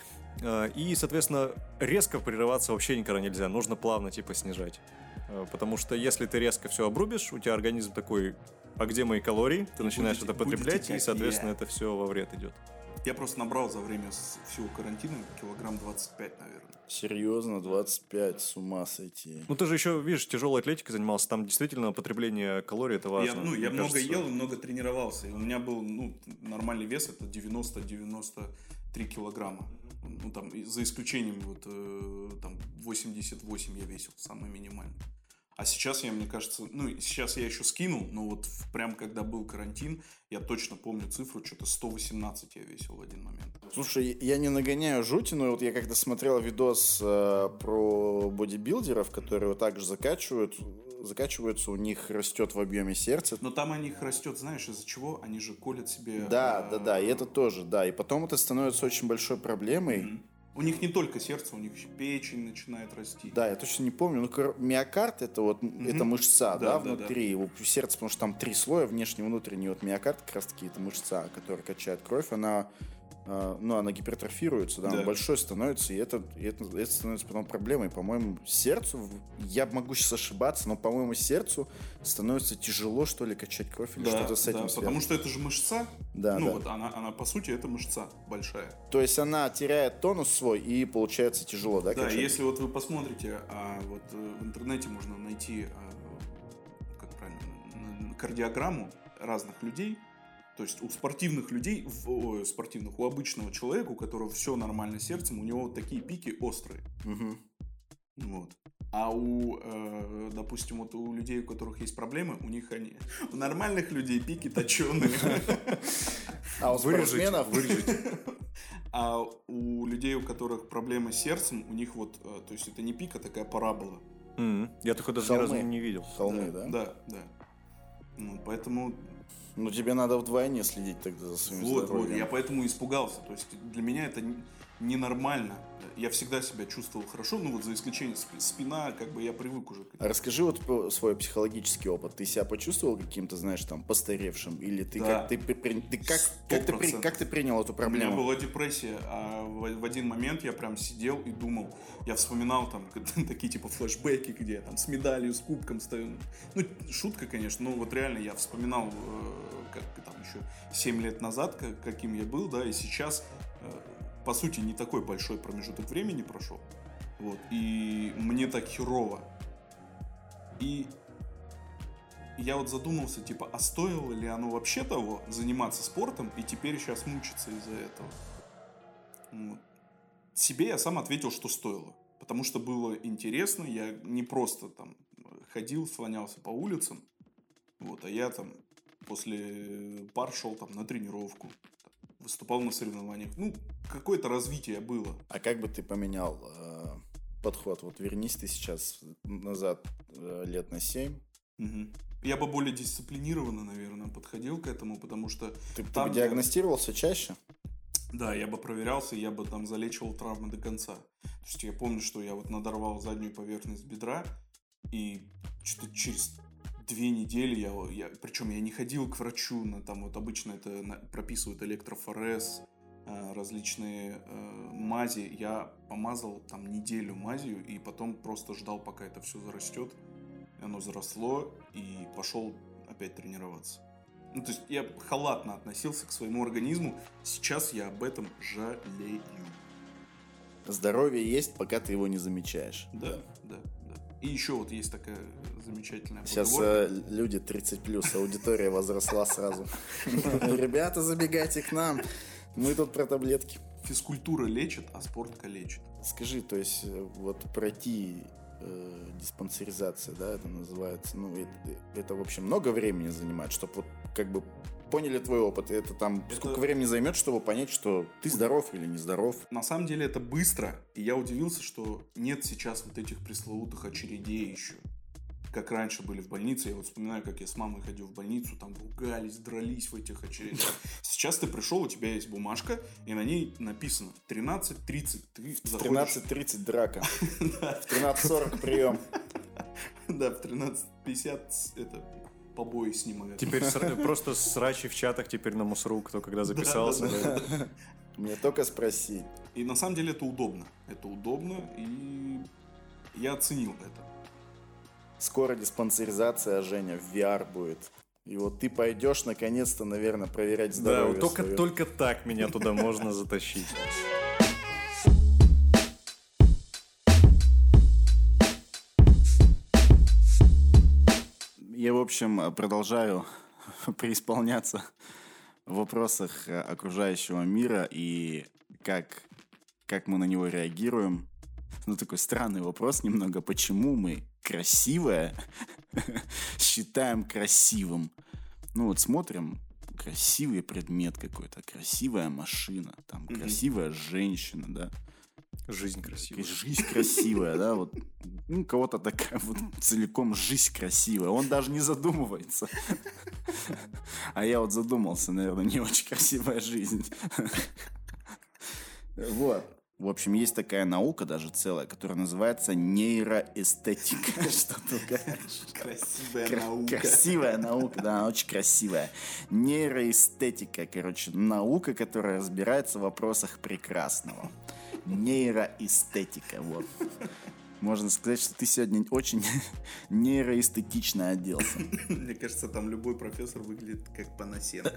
[SPEAKER 2] Э, И, соответственно, резко прерываться вообще никогда нельзя, нужно плавно типа снижать. Э, Потому что если ты резко все обрубишь, у тебя организм такой, а где мои калории? Ты начинаешь
[SPEAKER 3] будете-
[SPEAKER 2] это потреблять,
[SPEAKER 3] будете
[SPEAKER 2] и,
[SPEAKER 3] как
[SPEAKER 2] соответственно,
[SPEAKER 3] я.
[SPEAKER 2] это все во вред идет.
[SPEAKER 3] Я просто набрал за время с- всего карантина килограмм двадцать пять, наверное.
[SPEAKER 1] Серьезно, двадцать пять, с ума сойти.
[SPEAKER 2] Ну, ты же еще, видишь, тяжелой атлетикой занимался, там действительно потребление калорий это важно.
[SPEAKER 3] Я, ну, я
[SPEAKER 2] Мне
[SPEAKER 3] много
[SPEAKER 2] кажется.
[SPEAKER 3] ел и много тренировался. И у меня был ну, нормальный вес, это девяносто-девяносто три килограмма. Ну, там, и за исключением вот, э, там, восемьдесят восемь я весил, самый минимальный. А сейчас я, мне кажется, ну, сейчас я еще скинул, но вот в- прям когда был карантин, я точно помню цифру, что-то сто восемнадцать я весил в один момент.
[SPEAKER 1] Слушай, я не нагоняю жути, но вот я когда смотрел видос э, про бодибилдеров, которые вот так же закачивают, закачиваются, у них растет в объеме сердце.
[SPEAKER 3] Но там у них растет, знаешь, из-за чего? Они же колят себе...
[SPEAKER 1] Да,
[SPEAKER 3] э,
[SPEAKER 1] да, да, и это тоже, да. И потом это становится очень большой проблемой.
[SPEAKER 3] Мгм. У них не только сердце, у них еще печень начинает расти.
[SPEAKER 1] Да, я точно не помню. Ну, кор- миокард это вот это мышца,
[SPEAKER 3] Да,
[SPEAKER 1] да,
[SPEAKER 3] да,
[SPEAKER 1] внутри. У сердца, потому что там три слоя, внешний, внутренний. Вот миокард как раз таки это мышца, которая качает кровь, она, э, ну, она гипертрофируется, да,
[SPEAKER 3] Да.
[SPEAKER 1] она большой становится, и это, и это, это становится потом проблемой. По-моему, сердцу, в- я могу сейчас ошибаться, но, по-моему, сердцу становится тяжело, что ли, качать кровь или
[SPEAKER 3] Да,
[SPEAKER 1] что-то с этим
[SPEAKER 3] да,
[SPEAKER 1] связано.
[SPEAKER 3] потому что это же мышца.
[SPEAKER 1] Да,
[SPEAKER 3] ну
[SPEAKER 1] да.
[SPEAKER 3] вот она, она по сути это мышца большая.
[SPEAKER 1] То есть она теряет тонус свой, и получается тяжело, да,
[SPEAKER 3] Да,
[SPEAKER 1] качать?
[SPEAKER 3] если вот вы посмотрите, а, вот э, в интернете можно найти, а, как правильно, н- н- кардиограмму разных людей. То есть у спортивных людей, в- ой, спортивных, у обычного человека, у которого все нормально с сердцем, у него вот такие пики острые.
[SPEAKER 1] Мгм.
[SPEAKER 3] Вот. А у, э, допустим, вот у людей, у которых есть проблемы, у них они... У нормальных людей пики точеные.
[SPEAKER 1] А у
[SPEAKER 2] Вырежите,
[SPEAKER 1] спортсменов...
[SPEAKER 3] А у людей, у которых проблемы с сердцем, у них вот... э, То есть это не пик, а такая парабола.
[SPEAKER 2] М, Я такой даже ни разу
[SPEAKER 1] Холмы.
[SPEAKER 2] не видел.
[SPEAKER 1] Холмы, да?
[SPEAKER 3] Да, да. Ну, поэтому...
[SPEAKER 1] Ну, тебе надо вдвойне следить тогда за своим
[SPEAKER 3] Вот, вот,
[SPEAKER 1] здоровьем.
[SPEAKER 3] я поэтому испугался. То есть для меня это не- ненормально. Я всегда себя чувствовал хорошо, ну вот за исключением сп- спина, как бы я привык уже. к этому.
[SPEAKER 1] А расскажи вот про свой психологический опыт. Ты себя почувствовал каким-то, знаешь, там, постаревшим? Или ты
[SPEAKER 3] Да.
[SPEAKER 1] как ты, при- при- ты как,
[SPEAKER 3] Сто
[SPEAKER 1] как, ты при-
[SPEAKER 3] процентов.
[SPEAKER 1] как ты принял эту
[SPEAKER 3] У меня
[SPEAKER 1] проблему?
[SPEAKER 3] была депрессия, а в, в один момент я прям сидел и думал, я вспоминал там такие типа флешбеки, где я там с медалью, с кубком стою. Ну, шутка, конечно, но вот реально я вспоминал, э, как там еще семь лет назад, как- каким я был, да, и сейчас, э, по сути, не такой большой промежуток времени прошел. Вот, и мне так херово. И я вот задумался, типа, а стоило ли оно вообще того заниматься спортом и теперь сейчас мучиться из-за этого? Вот. Себе я сам ответил, что стоило. Потому что было интересно, я не просто там ходил, слонялся по улицам, вот, а я там после пар шел там на тренировку, там, выступал на соревнованиях. Ну, какое-то развитие было.
[SPEAKER 1] А как бы ты поменял э, подход? Вот вернись ты сейчас назад э, лет на семь.
[SPEAKER 3] Мгм. Я бы более дисциплинированно, наверное, подходил к этому, потому что
[SPEAKER 1] Ты, ты
[SPEAKER 3] там
[SPEAKER 1] бы
[SPEAKER 3] я-
[SPEAKER 1] диагностировался чаще?
[SPEAKER 3] Да, я бы проверялся, я бы там залечивал травмы до конца. То есть я помню, что я вот надорвал заднюю поверхность бедра, и что-то через две недели я, я причем я не ходил к врачу, на, там вот обычно это на- прописывают электрофорез, э, различные э, мази. Я помазал там неделю мазью, и потом просто ждал, пока это все зарастет. Оно заросло, и пошел опять тренироваться. Ну, то есть я халатно относился к своему организму. Сейчас я об этом жалею.
[SPEAKER 1] Здоровье есть, пока ты его не замечаешь.
[SPEAKER 3] Да, да, да. И еще вот есть такая замечательная
[SPEAKER 1] Сейчас
[SPEAKER 3] поговорка.
[SPEAKER 1] э, люди тридцать плюс, аудитория возросла сразу. Ребята, забегайте к нам. Мы тут про таблетки.
[SPEAKER 3] Физкультура лечит, а спорт калечит.
[SPEAKER 1] Скажи, то есть э, вот пройти э, диспансеризация, да, это называется, ну, это, это, в общем, много времени занимает, чтобы вот как бы поняли твой опыт. Это там
[SPEAKER 3] Это-
[SPEAKER 1] сколько времени займет, чтобы понять, что ты здоров или не здоров?
[SPEAKER 3] На самом деле это быстро, и я удивился, что нет сейчас вот этих пресловутых очередей еще. как раньше были в больнице. Я вот вспоминаю, как я с мамой ходил в больницу, там ругались, дрались в этих очередях. Сейчас ты пришел, у тебя есть бумажка, и на ней написано тринадцать тридцать. Ты
[SPEAKER 1] в тринадцать тридцать драка. В тринадцать сорок прием.
[SPEAKER 3] Да, в тринадцать пятьдесят это побои снимают.
[SPEAKER 2] Теперь просто срачи в чатах теперь на Мусру, кто когда записался.
[SPEAKER 1] Мне только спроси.
[SPEAKER 3] И на самом деле это удобно. Это удобно, и я оценил это.
[SPEAKER 1] Скоро диспансеризация, Женя, в ви ар будет. И вот ты пойдешь, наконец-то, наверное, проверять здоровье.
[SPEAKER 2] Да, только,
[SPEAKER 1] свое.
[SPEAKER 2] только так меня туда можно затащить.
[SPEAKER 1] Я, в общем, продолжаю преисполняться в вопросах окружающего мира и как, как мы на него реагируем. Ну, такой странный вопрос немного. Почему мы красивое считаем красивым? Ну, вот смотрим, красивый предмет какой-то, красивая машина, там, mm-hmm. красивая женщина, да.
[SPEAKER 2] Жизнь красивая.
[SPEAKER 1] Жизнь красивая, да, вот. Ну, у кого-то такая вот целиком жизнь красивая. Он даже не задумывается. А я вот задумался, наверное, не очень красивая жизнь. Вот. В общем, есть такая наука даже целая, которая называется нейроэстетика. Что ты говоришь?
[SPEAKER 3] Красивая наука.
[SPEAKER 1] Красивая наука, да, она очень красивая. Нейроэстетика, короче, наука, которая разбирается в вопросах прекрасного. Нейроэстетика, вот. Можно сказать, что ты сегодня очень нейроэстетично оделся.
[SPEAKER 3] Мне кажется, там любой профессор выглядит как Панасенко.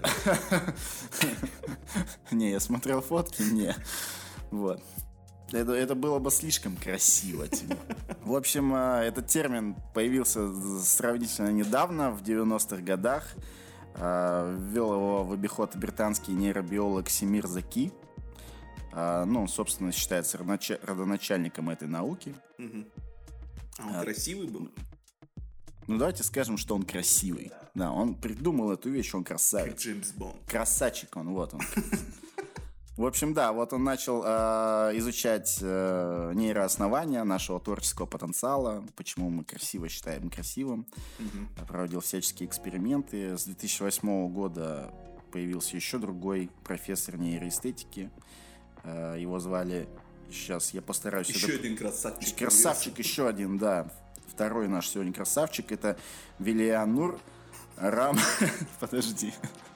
[SPEAKER 1] Не, я смотрел фотки, не. Вот. Это, это было бы слишком красиво тебе. В общем, этот термин появился сравнительно недавно, в девяностых годах. Ввел его в обиход британский нейробиолог Семир Заки. Ну, он, собственно, считается родоначальником этой науки.
[SPEAKER 3] Угу. А он а, красивый был?
[SPEAKER 1] Ну, давайте скажем, что он красивый. Да, он придумал эту вещь, он красавец.
[SPEAKER 3] Как Джеймс Бонд.
[SPEAKER 1] Красавчик он, вот он. В общем, да, вот он начал э, изучать э, нейрооснования нашего творческого потенциала, почему мы красиво считаем красивым, mm-hmm. проводил всяческие эксперименты. С две тысячи восьмого года появился еще другой профессор нейроэстетики, э, его звали, сейчас я постараюсь...
[SPEAKER 3] Еще это... один красавчик.
[SPEAKER 1] Красавчик, еще один, да. Второй наш сегодня красавчик, это Вилианур Рам... Подожди...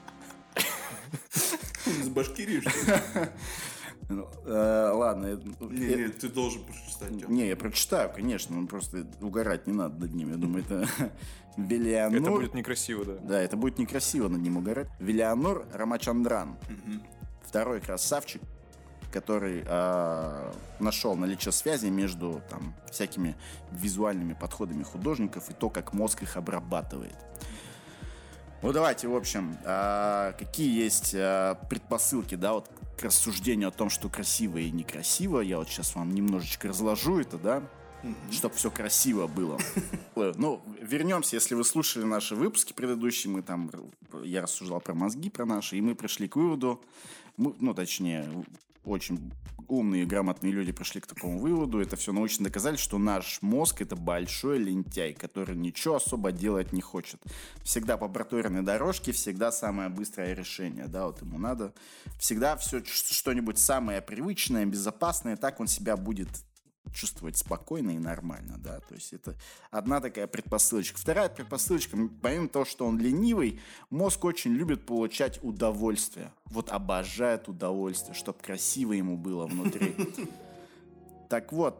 [SPEAKER 3] Из Башкирии, что ли?
[SPEAKER 1] Ладно.
[SPEAKER 3] Не, не, ты должен прочитать.
[SPEAKER 1] Не, я прочитаю, конечно, но просто угорать не надо над ним. Я думаю, это Вилианур...
[SPEAKER 2] Это будет некрасиво, да.
[SPEAKER 1] Да, это будет некрасиво над ним угорать. Вилианур Рамачандран. Второй красавчик, который нашел наличие связи между там всякими визуальными подходами художников и то, как мозг их обрабатывает. Ну, давайте, в общем, а, какие есть а, предпосылки, да, вот к рассуждению о том, что красиво и некрасиво. Я вот сейчас вам немножечко разложу это, да, mm-hmm. чтобы все красиво было. Ну, вернемся, если вы слушали наши выпуски предыдущие, мы там, я рассуждал про мозги, про наши, и мы пришли к выводу, мы, ну, точнее, очень умные и грамотные люди пришли к такому выводу, это все научно доказали, что наш мозг — это большой лентяй, который ничего особо делать не хочет. Всегда по проторенной дорожке, всегда самое быстрое решение, да, вот ему надо. Всегда все что-нибудь самое привычное, безопасное, так он себя будет чувствовать спокойно и нормально, да, то есть это одна такая предпосылочка. Вторая предпосылочка, помимо того, что он ленивый, мозг очень любит получать удовольствие, вот обожает удовольствие, чтобы красиво ему было внутри. Так вот,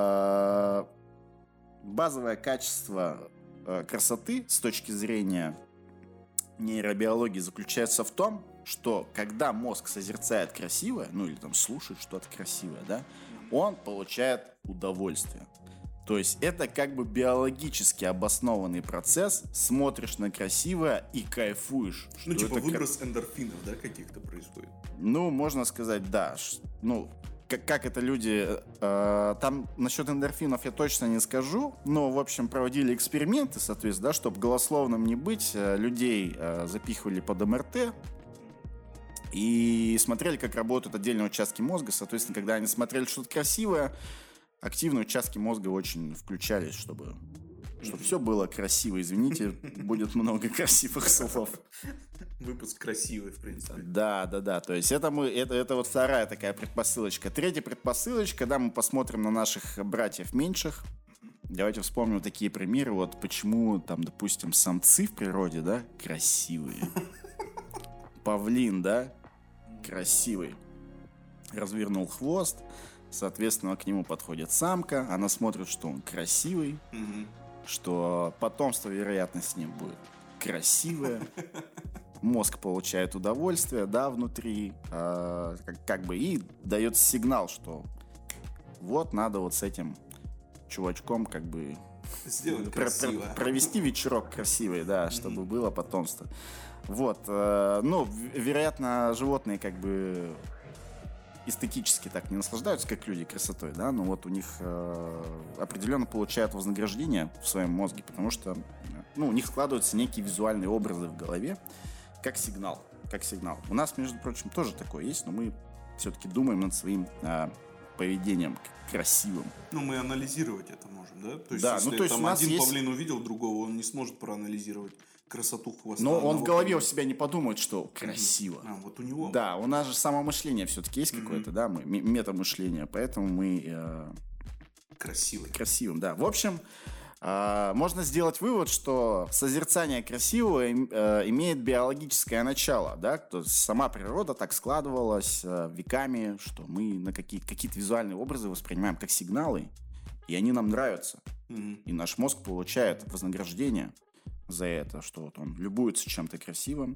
[SPEAKER 1] базовое качество красоты с точки зрения нейробиологии заключается в том, что когда мозг созерцает красивое, ну или там слушает что-то красивое, да, он получает удовольствие. То есть это как бы биологически обоснованный процесс. Смотришь на красивое и кайфуешь.
[SPEAKER 3] Ну, типа выброс как... эндорфинов, да, каких-то происходит?
[SPEAKER 1] Ну, можно сказать, да. Ну, как, как это люди... Э, там насчет эндорфинов я точно не скажу, но, в общем, проводили эксперименты, соответственно, да, чтобы голословным не быть, э, людей э, запихивали под эм эр тэ, и смотрели, как работают отдельные участки мозга. Соответственно, когда они смотрели что-то красивое, активные участки мозга очень включались, чтобы Чтобы все было красиво. Извините, будет много красивых слов.
[SPEAKER 3] Выпуск красивый, в принципе.
[SPEAKER 1] Да, да, да. То есть это мы, это, это вот вторая такая предпосылочка. Третья предпосылочка, да, мы посмотрим на наших братьев меньших. Давайте вспомним такие примеры. Вот почему там, допустим, самцы в природе, да, красивые. Павлин, да, красивый. Развернул хвост. Соответственно, к нему подходит самка. Она смотрит, что он красивый.
[SPEAKER 3] Мгм.
[SPEAKER 1] Что потомство, вероятно, с ним будет красивое. Мозг получает удовольствие, да, внутри, э, как, как бы, и дает сигнал, что вот надо вот с этим чувачком как бы
[SPEAKER 3] Сделать
[SPEAKER 1] про-
[SPEAKER 3] красиво.
[SPEAKER 1] про- провести вечерок красивый, да, чтобы было потомство. Вот, э, ну, в- вероятно, животные как бы эстетически так не наслаждаются, как люди, красотой, да, но вот у них э, определенно получают вознаграждение в своем мозге, потому что, ну, у них складываются некие визуальные образы в голове, как сигнал, как сигнал. У нас, между прочим, тоже такое есть, но мы все-таки думаем над своим э, поведением к- красивым.
[SPEAKER 3] Ну, мы анализировать это можем, да? То есть,
[SPEAKER 1] Да,
[SPEAKER 3] если
[SPEAKER 1] ну, то есть
[SPEAKER 3] там
[SPEAKER 1] у нас
[SPEAKER 3] один
[SPEAKER 1] есть-
[SPEAKER 3] павлин увидел другого, он не сможет проанализировать красоту хвоста.
[SPEAKER 1] Но он в
[SPEAKER 3] одного
[SPEAKER 1] голове у
[SPEAKER 3] павлина.
[SPEAKER 1] себя не подумает, что красиво.
[SPEAKER 3] А, вот у него.
[SPEAKER 1] Да, у нас же самомышление все-таки есть какое-то, да, мы, м- метамышление, поэтому мы э,
[SPEAKER 3] Красивый.
[SPEAKER 1] красивым, да. В общем, э, можно сделать вывод, что созерцание красивого им- э, имеет биологическое начало, да, то есть сама природа так складывалась э, веками, что мы на какие- какие-то визуальные образы воспринимаем как сигналы, и они нам нравятся,
[SPEAKER 3] Мгм.
[SPEAKER 1] и наш мозг получает вознаграждение за это, что вот он любуется чем-то красивым.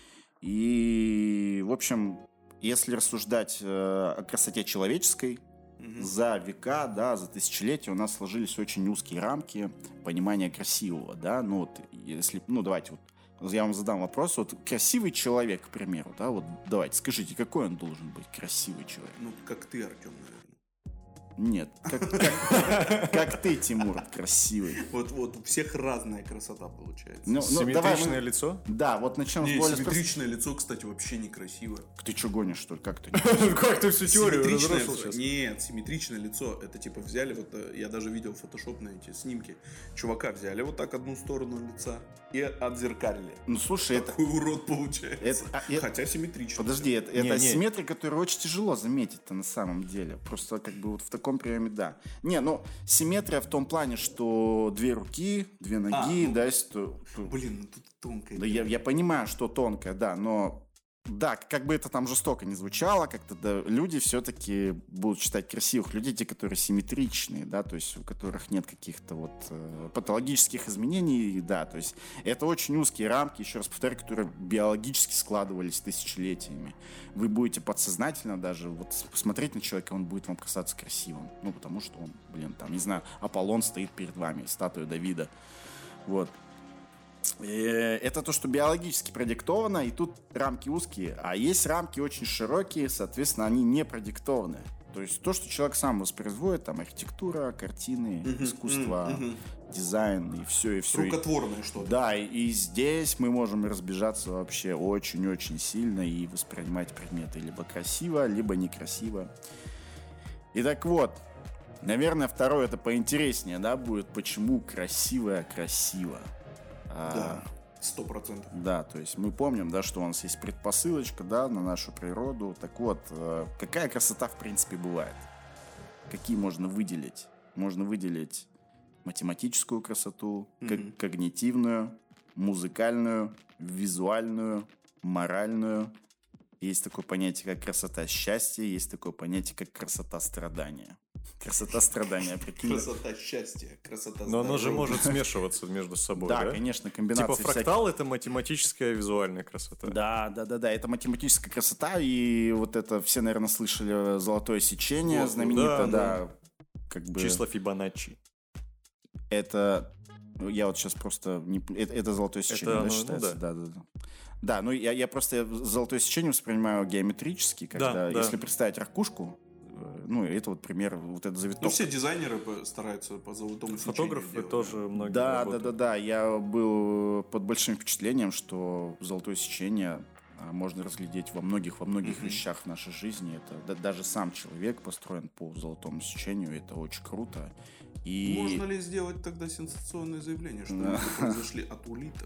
[SPEAKER 1] И, в общем, если рассуждать э, о красоте человеческой,
[SPEAKER 3] Мгм.
[SPEAKER 1] за века, да, за тысячелетия у нас сложились очень узкие рамки понимания красивого, да, ну вот, если, ну давайте вот, я вам задам вопрос, вот красивый человек, к примеру, да, вот давайте, скажите, какой он должен быть красивый человек?
[SPEAKER 3] Ну, как ты, Артем, наверное.
[SPEAKER 1] Нет, как, как- как ты, Тимур, красивый.
[SPEAKER 3] Вот, вот у всех разная красота получается.
[SPEAKER 1] Ну, ну, давай
[SPEAKER 2] Симметричное
[SPEAKER 1] мы-
[SPEAKER 2] лицо?
[SPEAKER 1] Да, вот начнем
[SPEAKER 3] Не,
[SPEAKER 1] с более...
[SPEAKER 3] симметричное лицо, кстати, вообще некрасивое.
[SPEAKER 1] Ты что гонишь, что ли? Как ты?
[SPEAKER 2] Как ты всю теорию
[SPEAKER 3] Симметричное
[SPEAKER 2] разрушил
[SPEAKER 3] лицо.
[SPEAKER 2] сейчас?
[SPEAKER 3] Нет, симметричное лицо. Это типа взяли, вот э, я даже видел фотошоп на эти снимки. Чувака взяли вот так одну сторону лица и отзеркалили.
[SPEAKER 1] Ну, слушай, это...
[SPEAKER 3] Такой урод получается.
[SPEAKER 1] это- а, это-
[SPEAKER 3] Хотя симметрично.
[SPEAKER 1] Подожди, это, это
[SPEAKER 2] Не, не.
[SPEAKER 1] асимметрия, которую очень тяжело заметить-то на самом деле. Просто как бы вот в таком приеме, да. Не, ну, симметрия в том плане, что две руки, две ноги,
[SPEAKER 3] А, ну,
[SPEAKER 1] да, если то- то-
[SPEAKER 3] Блин, ну тут тонкое.
[SPEAKER 1] да, я, я понимаю, что тонкое, да, но да, как бы это там жестоко не звучало, как-то да, люди все-таки будут считать красивых людей, те, которые симметричные, да, то есть у которых нет каких-то вот э, патологических изменений, да, то есть это очень узкие рамки, еще раз повторю, которые биологически складывались тысячелетиями. Вы будете подсознательно даже вот с- посмотреть на человека, он будет вам казаться красивым, ну, потому что он, блин, там, не знаю, Аполлон стоит перед вами, статуя Давида, вот. Э, Это то, что биологически продиктовано, и тут рамки узкие, а есть рамки очень широкие, соответственно, они не продиктованы. То есть то, что человек сам воспроизводит, там архитектура, картины,
[SPEAKER 3] Мгм,
[SPEAKER 1] искусство,
[SPEAKER 3] мгм, мгм.
[SPEAKER 1] дизайн и все, и все.
[SPEAKER 3] Рукотворное что-то.
[SPEAKER 1] Да, и, и здесь мы можем разбежаться вообще очень-очень сильно и воспринимать предметы либо красиво, либо некрасиво. И так вот, наверное, второе это поинтереснее, да, будет, почему красивое красиво. А,
[SPEAKER 3] Да, сто процентов.
[SPEAKER 1] да, то есть мы помним, да, что у нас есть предпосылочка, да, на нашу природу. Так вот, э, какая красота в принципе бывает? Какие можно выделить? Можно выделить математическую красоту, ко-
[SPEAKER 3] Мгм.
[SPEAKER 1] когнитивную, музыкальную, визуальную, моральную. Есть такое понятие, как красота счастья, есть такое понятие, как красота страдания. Красота страдания, прикинь.
[SPEAKER 3] Красота счастья, красота
[SPEAKER 2] Но оно же
[SPEAKER 3] здоровья.
[SPEAKER 2] может смешиваться между собой,
[SPEAKER 1] Да,
[SPEAKER 2] да?
[SPEAKER 1] конечно, комбинация
[SPEAKER 2] Типа
[SPEAKER 1] всяких-
[SPEAKER 2] фрактал — это математическая визуальная красота.
[SPEAKER 1] Да, да, да, да, это математическая красота, и вот это все, наверное, слышали «Золотое сечение»,
[SPEAKER 3] Вот,
[SPEAKER 1] знаменитое,
[SPEAKER 2] да,
[SPEAKER 1] да, как бы
[SPEAKER 2] Числа Фибоначчи.
[SPEAKER 1] это, ну, я вот сейчас просто, не, п- это, это «Золотое сечение»,
[SPEAKER 2] оно,
[SPEAKER 1] да,
[SPEAKER 2] ну
[SPEAKER 1] считается?
[SPEAKER 2] да.
[SPEAKER 1] Да, да, да. Да, ну я, я просто «Золотое сечение» воспринимаю геометрически, когда,
[SPEAKER 2] Да, да.
[SPEAKER 1] если представить ракушку, э, ну, это вот пример, вот этот завиток.
[SPEAKER 3] Ну, все дизайнеры по- стараются по золотому сечению
[SPEAKER 2] Фотографы
[SPEAKER 3] делать,
[SPEAKER 2] тоже
[SPEAKER 3] да.
[SPEAKER 2] многие
[SPEAKER 1] Да, да,
[SPEAKER 2] работают.
[SPEAKER 1] да, да. Я был под большим впечатлением, что «Золотое сечение» а, можно разглядеть во многих, во многих
[SPEAKER 3] Мгм.
[SPEAKER 1] вещах в нашей жизни. Это да- даже сам человек построен по золотому сечению. Это очень круто. И...
[SPEAKER 3] Можно ли сделать тогда сенсационное заявление, что мы произошли от улиток?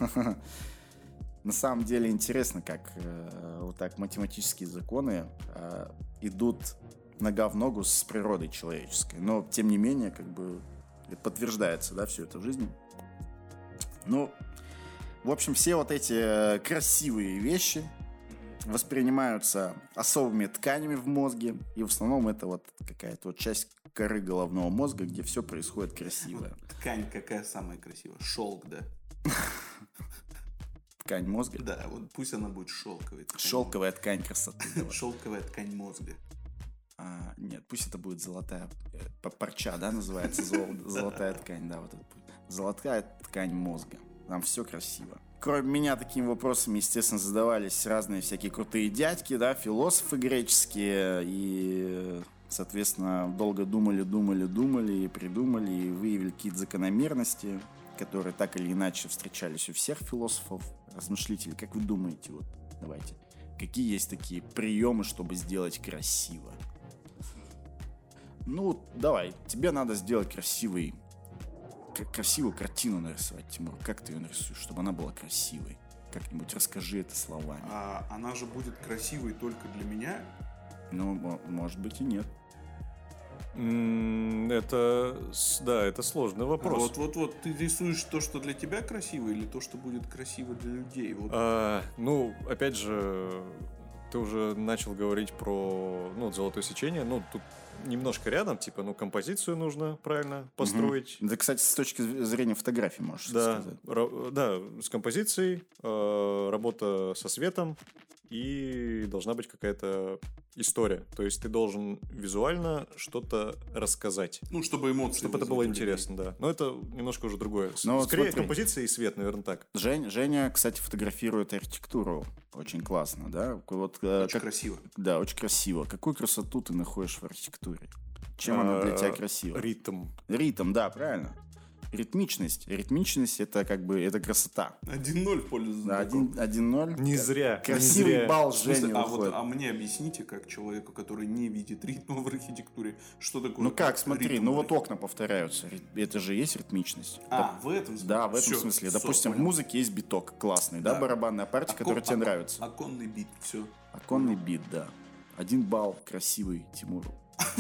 [SPEAKER 1] На самом деле интересно, как э, вот так математические законы э, идут нога в ногу с природой человеческой. Но, тем не менее, как бы подтверждается, да, все это в жизни. Ну, в общем, все вот эти красивые вещи воспринимаются особыми тканями в мозге. И в основном это вот какая-то вот часть коры головного мозга, где все происходит красиво.
[SPEAKER 3] Вот ткань какая самая красивая? Шелк, да?
[SPEAKER 1] Ткань мозга?
[SPEAKER 3] Да, вот пусть она будет шелковой.
[SPEAKER 1] Шелковая ткань красоты.
[SPEAKER 3] Шелковая ткань мозга.
[SPEAKER 1] А, нет, пусть это будет золотая э, парча, да, называется золотая ткань, да, вот это будет. Золотая ткань мозга. Там все красиво. Кроме меня такими вопросами, естественно, задавались разные всякие крутые дядьки, да, философы греческие, и, соответственно, долго думали, думали, думали, и придумали, и выявили какие-то закономерности, которые так или иначе встречались у всех философов, размышлителей. Как вы думаете, вот, давайте, какие есть такие приемы, чтобы сделать красиво? Ну, давай, тебе надо сделать красивый, красивую картину нарисовать, Тимур. Как ты ее нарисуешь, чтобы она была красивой? Как-нибудь расскажи это словами.
[SPEAKER 3] А она же будет красивой только для меня?
[SPEAKER 1] Ну, может быть и нет.
[SPEAKER 2] Это, да, это сложный вопрос.
[SPEAKER 3] Вот-вот-вот, ты рисуешь то, что для тебя красиво, или то, что будет красиво для людей? Вот.
[SPEAKER 2] А, ну, опять же, ты уже начал говорить про, ну, золотое сечение. Ну, тут немножко рядом, типа, ну, композицию нужно правильно построить.
[SPEAKER 1] Угу. Да, кстати, с точки зрения фотографии можешь
[SPEAKER 2] да,
[SPEAKER 1] сказать.
[SPEAKER 2] Ра- да, с композицией, э- работа со светом, и должна быть какая-то история. То есть ты должен визуально что-то рассказать.
[SPEAKER 3] Ну, чтобы эмоции.
[SPEAKER 2] Чтобы это было интересно, да. Но это немножко уже другое.
[SPEAKER 1] Но
[SPEAKER 2] Скорее,
[SPEAKER 1] смотри.
[SPEAKER 2] композиция и свет, наверное, так.
[SPEAKER 1] Жень, Женя, кстати, фотографирует архитектуру очень классно, да? Вот,
[SPEAKER 3] очень
[SPEAKER 1] как...
[SPEAKER 3] красиво.
[SPEAKER 1] Да, очень красиво. Какую красоту ты находишь в архитектуре? Чем она для тебя красива?
[SPEAKER 2] Ритм.
[SPEAKER 1] Ритм, да, правильно. Ритмичность. Ритмичность — это как бы, это красота.
[SPEAKER 3] один ноль в пользу
[SPEAKER 1] Да, один ноль.
[SPEAKER 2] Не зря.
[SPEAKER 1] Красивый
[SPEAKER 2] не зря.
[SPEAKER 1] балл
[SPEAKER 3] В смысле,
[SPEAKER 1] Жени
[SPEAKER 3] а,
[SPEAKER 1] выходит.
[SPEAKER 3] вот, а мне объясните, как человеку, который не видит ритма в архитектуре, что такое?
[SPEAKER 1] Ну как, смотри,
[SPEAKER 3] ритм
[SPEAKER 1] ну
[SPEAKER 3] в
[SPEAKER 1] вот
[SPEAKER 3] архитектуре?
[SPEAKER 1] окна повторяются. Это же есть ритмичность.
[SPEAKER 3] А, в этом смысле?
[SPEAKER 1] Да, в этом
[SPEAKER 3] Всё,
[SPEAKER 1] смысле.
[SPEAKER 3] всё,
[SPEAKER 1] Допустим,
[SPEAKER 3] понял.
[SPEAKER 1] в музыке есть биток классный, да,
[SPEAKER 3] Да.
[SPEAKER 1] барабанная партия,
[SPEAKER 3] Окон-
[SPEAKER 1] которая тебе
[SPEAKER 3] окон-
[SPEAKER 1] нравится.
[SPEAKER 3] Оконный бит, все.
[SPEAKER 1] Оконный бит, да. Один балл красивый Тимуру.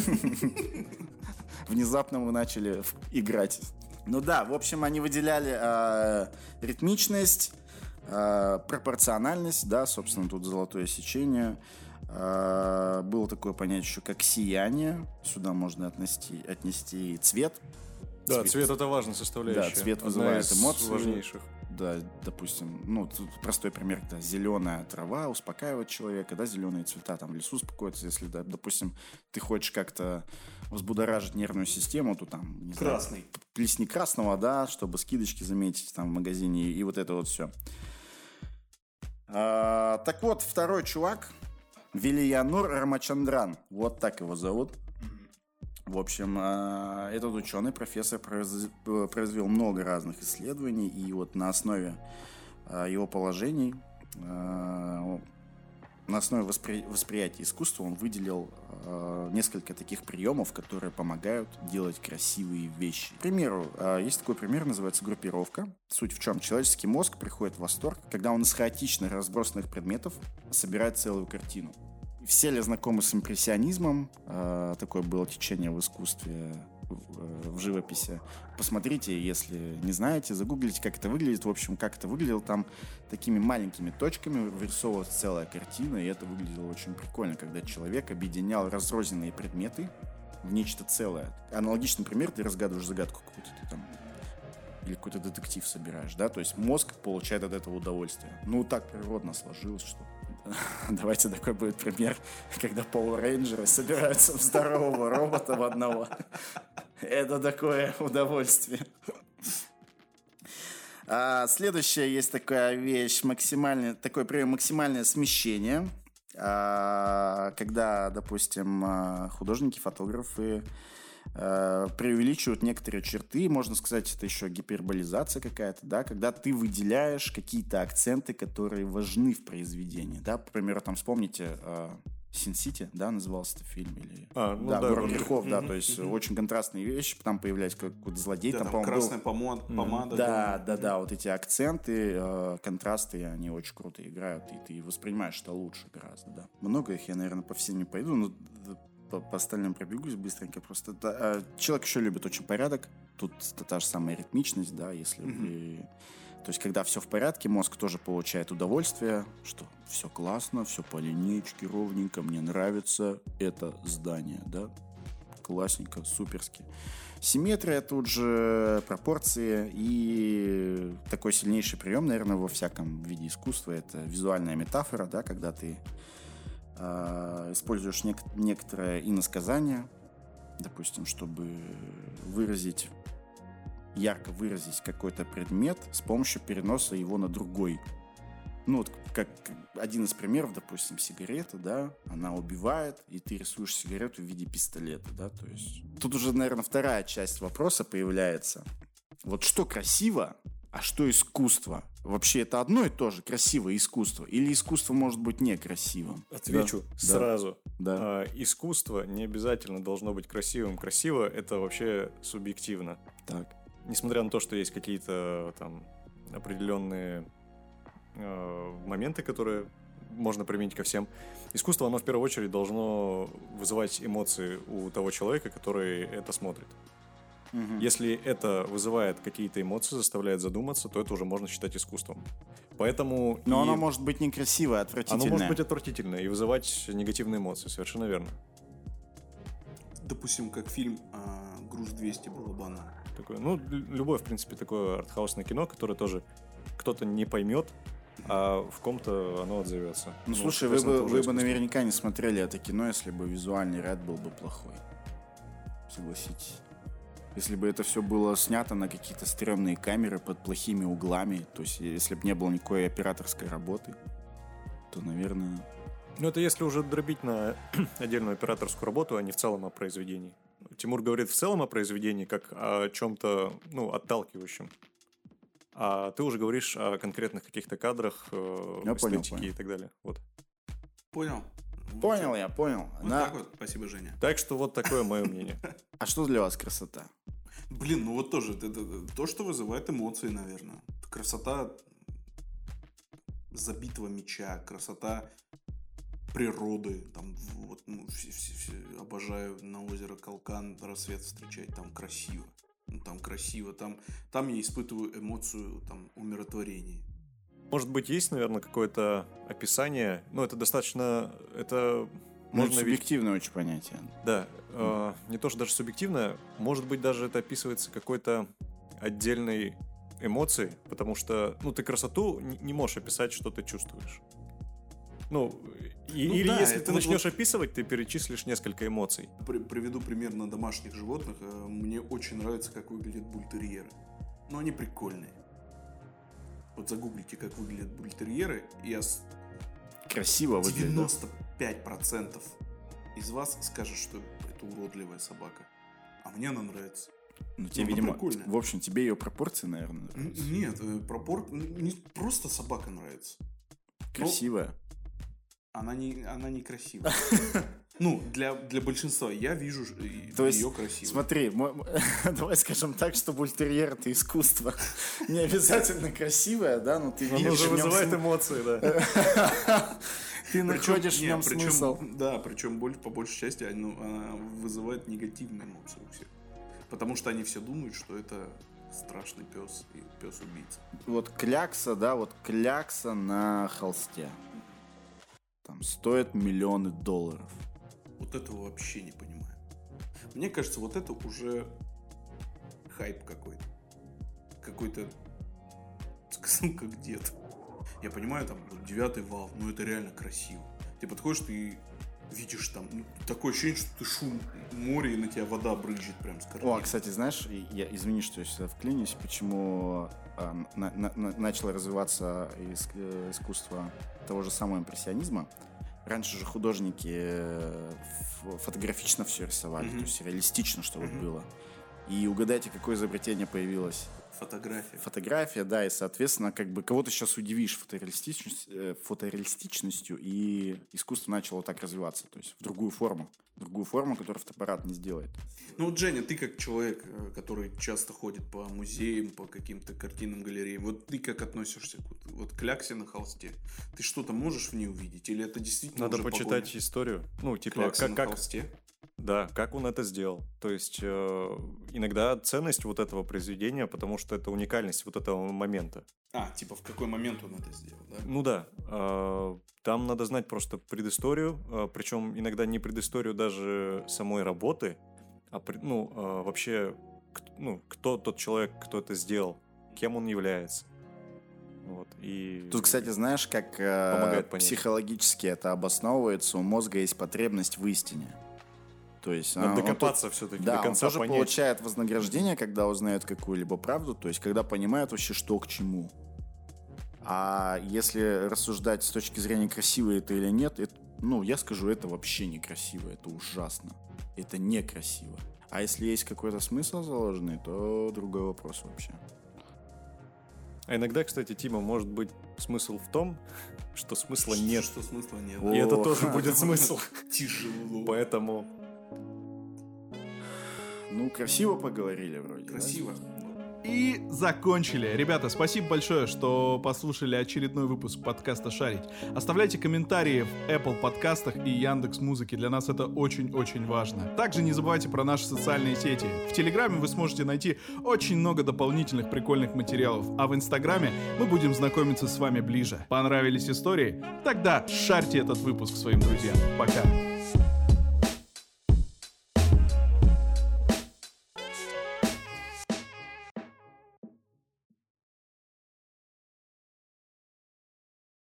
[SPEAKER 1] Внезапно мы начали в- играть. Ну да, в общем, они выделяли э, ритмичность, э, пропорциональность, да, собственно, тут золотое сечение. Э, было такое понятие еще, как сияние. Сюда можно отнести, отнести цвет.
[SPEAKER 2] Да, цвет, цвет это важная составляющая.
[SPEAKER 1] Да, цвет
[SPEAKER 2] Одна
[SPEAKER 1] вызывает
[SPEAKER 2] из
[SPEAKER 1] эмоции.
[SPEAKER 2] важнейших.
[SPEAKER 1] Да, допустим, ну, тут простой пример, да, зеленая трава успокаивает человека, да, зеленые цвета там в лесу успокоятся, если, да, допустим, ты хочешь как-то взбудоражить нервную систему, то там, не
[SPEAKER 3] Красный.
[SPEAKER 1] знаю, плесни красного, да, чтобы скидочки заметить там в магазине, и вот это вот все. А, так вот, второй чувак, Вильянур Рамачандран, вот так его зовут. В общем, этот ученый, профессор, произвел много разных исследований, и вот на основе его положений, на основе воспри... восприятия искусства он выделил несколько таких приемов, которые помогают делать красивые вещи. К примеру, есть такой пример, называется группировка. Суть в чем? Человеческий мозг приходит в восторг, когда он из хаотично разбросанных предметов собирает целую картину. Все ли знакомы с импрессионизмом? Э, такое было течение в искусстве, в, в живописи. Посмотрите, если не знаете, загуглите, как это выглядит. В общем, как это выглядело, там такими маленькими точками вырисовывалась целая картина, и это выглядело очень прикольно, когда человек объединял разрозненные предметы в нечто целое. Аналогичный пример, ты разгадываешь загадку какую-то, ты там или какой-то детектив собираешь, да, то есть мозг получает от этого удовольствие. Ну, так природно сложилось, что... Давайте такой будет пример, когда Power Rangers собираются в здорового робота в одного. Это такое удовольствие. А, следующая есть такая вещь, максимальное, такой прием максимальное смещение. А, когда, допустим, художники, фотографы преувеличивают некоторые черты, можно сказать, это еще гиперболизация какая-то, да, когда ты выделяешь какие-то акценты, которые важны в произведении, да, к примеру, там вспомните Син-Сити, да, назывался этот фильм? Или...
[SPEAKER 2] А, ну
[SPEAKER 1] да,
[SPEAKER 2] да,
[SPEAKER 1] «Город
[SPEAKER 2] город
[SPEAKER 1] грехов», да,
[SPEAKER 3] Мгм,
[SPEAKER 1] то есть
[SPEAKER 3] мгм.
[SPEAKER 1] очень контрастные вещи, там появляется какой-то злодей,
[SPEAKER 3] Да,
[SPEAKER 1] там,
[SPEAKER 3] там
[SPEAKER 1] по-моему, был-
[SPEAKER 3] красная помада, помада.
[SPEAKER 1] Да, да, да, вот эти акценты, э, контрасты, они очень круто играют, и ты воспринимаешь это лучше гораздо, да. Много их, я, наверное, по всем не пойду, но по, по остальным пробегусь быстренько. Просто да, э, человек еще любит очень порядок, тут та же самая ритмичность, да, если
[SPEAKER 3] Мгм.
[SPEAKER 1] вы... То есть, когда все в порядке, мозг тоже получает удовольствие, что все классно, все по линейке, ровненько, мне нравится это здание, да, классненько, суперски. Симметрия, тут же пропорции и такой сильнейший прием, наверное, во всяком виде искусства, это визуальная метафора, да, когда ты э, используешь нек- некоторое иносказание, допустим, чтобы выразить, ярко выразить какой-то предмет с помощью переноса его на другой. Ну, вот как один из примеров, допустим, сигарета, да, она убивает, и ты рисуешь сигарету в виде пистолета, да, то есть... Тут уже, наверное, вторая часть вопроса появляется. Вот что красиво, а что искусство? Вообще это одно и то же, красивое искусство? Или искусство может быть некрасивым?
[SPEAKER 2] Отвечу
[SPEAKER 1] Да,
[SPEAKER 2] сразу.
[SPEAKER 1] Да.
[SPEAKER 2] А, искусство не обязательно должно быть красивым. Красиво — это вообще субъективно.
[SPEAKER 1] Так.
[SPEAKER 2] Несмотря на то, что есть какие-то там определенные э, моменты, которые можно применить ко всем, искусство, оно в первую очередь должно вызывать эмоции у того человека, который это смотрит.
[SPEAKER 1] Мгм.
[SPEAKER 2] Если это вызывает какие-то эмоции, заставляет задуматься, то это уже можно считать искусством. Поэтому
[SPEAKER 1] Но
[SPEAKER 2] и
[SPEAKER 1] оно может быть некрасивое, отвратительное.
[SPEAKER 2] оно может быть отвратительное и вызывать негативные эмоции, совершенно верно.
[SPEAKER 3] Допустим, как фильм а, «Груз двести» «Балабана».
[SPEAKER 2] Такое, ну, лю- любое, в принципе, такое артхаусное кино, которое тоже кто-то не поймет, а в ком-то оно отзовется.
[SPEAKER 1] Ну, слушай, вы
[SPEAKER 2] соответственно,
[SPEAKER 1] бы,
[SPEAKER 2] это уже
[SPEAKER 1] вы бы
[SPEAKER 2] искусство.
[SPEAKER 1] наверняка не смотрели это кино, если бы визуальный ряд был бы плохой. Согласитесь. Если бы это все было снято на какие-то стрёмные камеры под плохими углами, то есть если бы не было никакой операторской работы, то, наверное...
[SPEAKER 2] Ну, это если уже дробить на отдельную операторскую работу, а не в целом о произведении. Тимур говорит в целом о произведении, как о чем-то, ну, отталкивающем. А ты уже говоришь о конкретных каких-то кадрах, э,
[SPEAKER 1] Я понял,
[SPEAKER 2] эстетике
[SPEAKER 1] понял.
[SPEAKER 2] и так далее. Вот.
[SPEAKER 3] Понял?
[SPEAKER 1] Понял я, понял.
[SPEAKER 3] Вот
[SPEAKER 1] На-
[SPEAKER 3] так вот. Спасибо, Женя.
[SPEAKER 2] Так что вот такое мое мнение.
[SPEAKER 1] А что для вас красота?
[SPEAKER 3] Блин, ну вот тоже, это, это то, что вызывает эмоции, наверное. Красота забитого мяча, красота природы. Там, вот, ну, все, все- все- обожаю на озеро Калкан рассвет встречать, там красиво. Ну, там красиво, там, там я испытываю эмоцию там, умиротворения.
[SPEAKER 2] Может быть, есть, наверное, какое-то описание. Ну, это достаточно... Это
[SPEAKER 1] Ну,
[SPEAKER 2] можно
[SPEAKER 1] это
[SPEAKER 2] видеть...
[SPEAKER 1] субъективное очень понятие.
[SPEAKER 2] Да, э, не то, что даже субъективно, может быть, даже это описывается какой-то отдельной эмоцией, потому что, ну, ты красоту не, не можешь описать, что ты чувствуешь. Ну, и-
[SPEAKER 3] Ну
[SPEAKER 2] или
[SPEAKER 3] да,
[SPEAKER 2] если
[SPEAKER 3] это
[SPEAKER 2] ты
[SPEAKER 3] вот-
[SPEAKER 2] начнешь описывать, ты перечислишь несколько эмоций.
[SPEAKER 3] При- приведу пример на домашних животных. Э, Мне очень нравится, как выглядят бультерьеры. Но они прикольные. Вот загуглите, как выглядят бультерьеры, и я с-
[SPEAKER 1] Красиво выглядит. да?
[SPEAKER 3] девяносто пять процентов из вас скажет, что это уродливая собака. А мне она нравится.
[SPEAKER 1] Ну, тебе,
[SPEAKER 3] Ну,
[SPEAKER 1] видимо,
[SPEAKER 3] прикольно.
[SPEAKER 1] в общем, тебе ее пропорции, наверное,
[SPEAKER 3] Н-
[SPEAKER 1] нравятся.
[SPEAKER 3] Нет, э, пропор... не просто собака нравится.
[SPEAKER 1] Красивая.
[SPEAKER 3] Она не, она не красивая. Ну, для, для большинства я вижу ж- и-
[SPEAKER 1] То есть,
[SPEAKER 3] ее красивой.
[SPEAKER 1] смотри, мо- мо- давай скажем так, что бультерьер это искусство. Не обязательно красивое, да, но ты
[SPEAKER 2] Оно
[SPEAKER 1] видишь
[SPEAKER 2] уже
[SPEAKER 1] в нем
[SPEAKER 2] вызывает
[SPEAKER 1] см-
[SPEAKER 2] эмоции, да.
[SPEAKER 1] ты
[SPEAKER 3] Причем-
[SPEAKER 1] находишь в
[SPEAKER 3] не,
[SPEAKER 1] нем
[SPEAKER 3] причем-
[SPEAKER 1] смысл.
[SPEAKER 3] Да, причем боль- по большей части ну, она вызывает негативные эмоции у всех. Потому что они все думают, что это страшный пес и пес-убийца.
[SPEAKER 1] Вот клякса, да, вот клякса на холсте. Там стоит миллионы долларов.
[SPEAKER 3] Вот этого вообще не понимаю. Мне кажется, вот это уже хайп какой-то. Какой-то, сказал как дед. Я понимаю, там, вот девятый вал, но это реально красиво. Ты подходишь, ты видишь там, ну, такое ощущение, что ты шум моря, и на тебя вода брызжет прям с корней.
[SPEAKER 1] О, а, кстати, знаешь, и я извини, что я сюда вклинюсь, почему а, на- на- на- начало развиваться иск- э, искусство того же самого импрессионизма. Раньше же художники э, ф- фотографично все рисовали,
[SPEAKER 3] Мгм.
[SPEAKER 1] то есть реалистично, чтобы
[SPEAKER 3] Мгм.
[SPEAKER 1] было. И угадайте, какое изобретение появилось?
[SPEAKER 3] Фотография.
[SPEAKER 1] Фотография, да, и, соответственно, как бы кого-то сейчас удивишь фотореалистичностью, э, фотореалистичностью, и искусство начало так развиваться, то есть в другую форму, в другую форму, которую фотоаппарат не сделает.
[SPEAKER 3] Ну вот, Женя, ты как человек, э, который часто ходит по музеям, по каким-то картинам, галереям, вот ты как относишься к вот, вот к кляксе на холсте? Ты что-то можешь в ней увидеть? Или это действительно
[SPEAKER 2] Надо
[SPEAKER 3] уже
[SPEAKER 2] почитать
[SPEAKER 3] погоня?
[SPEAKER 2] историю. Ну, типа,
[SPEAKER 3] Клякса
[SPEAKER 2] как,
[SPEAKER 3] на
[SPEAKER 2] как,
[SPEAKER 3] холсте?
[SPEAKER 2] да, как он это сделал. То есть э, иногда ценность вот этого произведения, потому что это уникальность вот этого момента.
[SPEAKER 3] А, типа в какой момент он это сделал, да?
[SPEAKER 2] Ну да, э, там надо знать просто предысторию, э, причем иногда не предысторию даже самой работы, а при- ну э, вообще, к- ну, кто тот человек, кто это сделал, кем он является. Вот, и...
[SPEAKER 1] Тут, кстати, знаешь, как э,
[SPEAKER 2] Помогает понять.
[SPEAKER 1] психологически это обосновывается, у мозга есть потребность в истине. То есть,
[SPEAKER 2] Надо
[SPEAKER 1] а, он
[SPEAKER 2] докопаться все-таки,
[SPEAKER 1] Да,
[SPEAKER 2] до конца
[SPEAKER 1] он тоже
[SPEAKER 2] понять.
[SPEAKER 1] получает вознаграждение, когда узнает какую-либо правду, то есть когда понимает вообще, что к чему. А если рассуждать с точки зрения, красиво это или нет, это, ну, я скажу, это вообще некрасиво, это ужасно. Это некрасиво. А если есть какой-то смысл заложенный, то другой вопрос вообще.
[SPEAKER 2] А иногда, кстати, Тима, может быть смысл в том, что смысла нет.
[SPEAKER 3] Что смысла нет?
[SPEAKER 1] О.
[SPEAKER 2] И это тоже будет смысл.
[SPEAKER 3] Тяжело.
[SPEAKER 2] Поэтому...
[SPEAKER 1] Ну, красиво поговорили вроде. да?
[SPEAKER 3] Красиво.
[SPEAKER 4] И закончили. Ребята, спасибо большое, что послушали очередной выпуск подкаста «Шарить». Оставляйте комментарии в Apple подкастах и Яндекс.Музыке. Для нас это очень-очень важно. Также не забывайте про наши социальные сети. В Телеграме вы сможете найти очень много дополнительных прикольных материалов, а в Инстаграме мы будем знакомиться с вами ближе. Понравились истории? Тогда шарьте этот выпуск своим друзьям. Пока.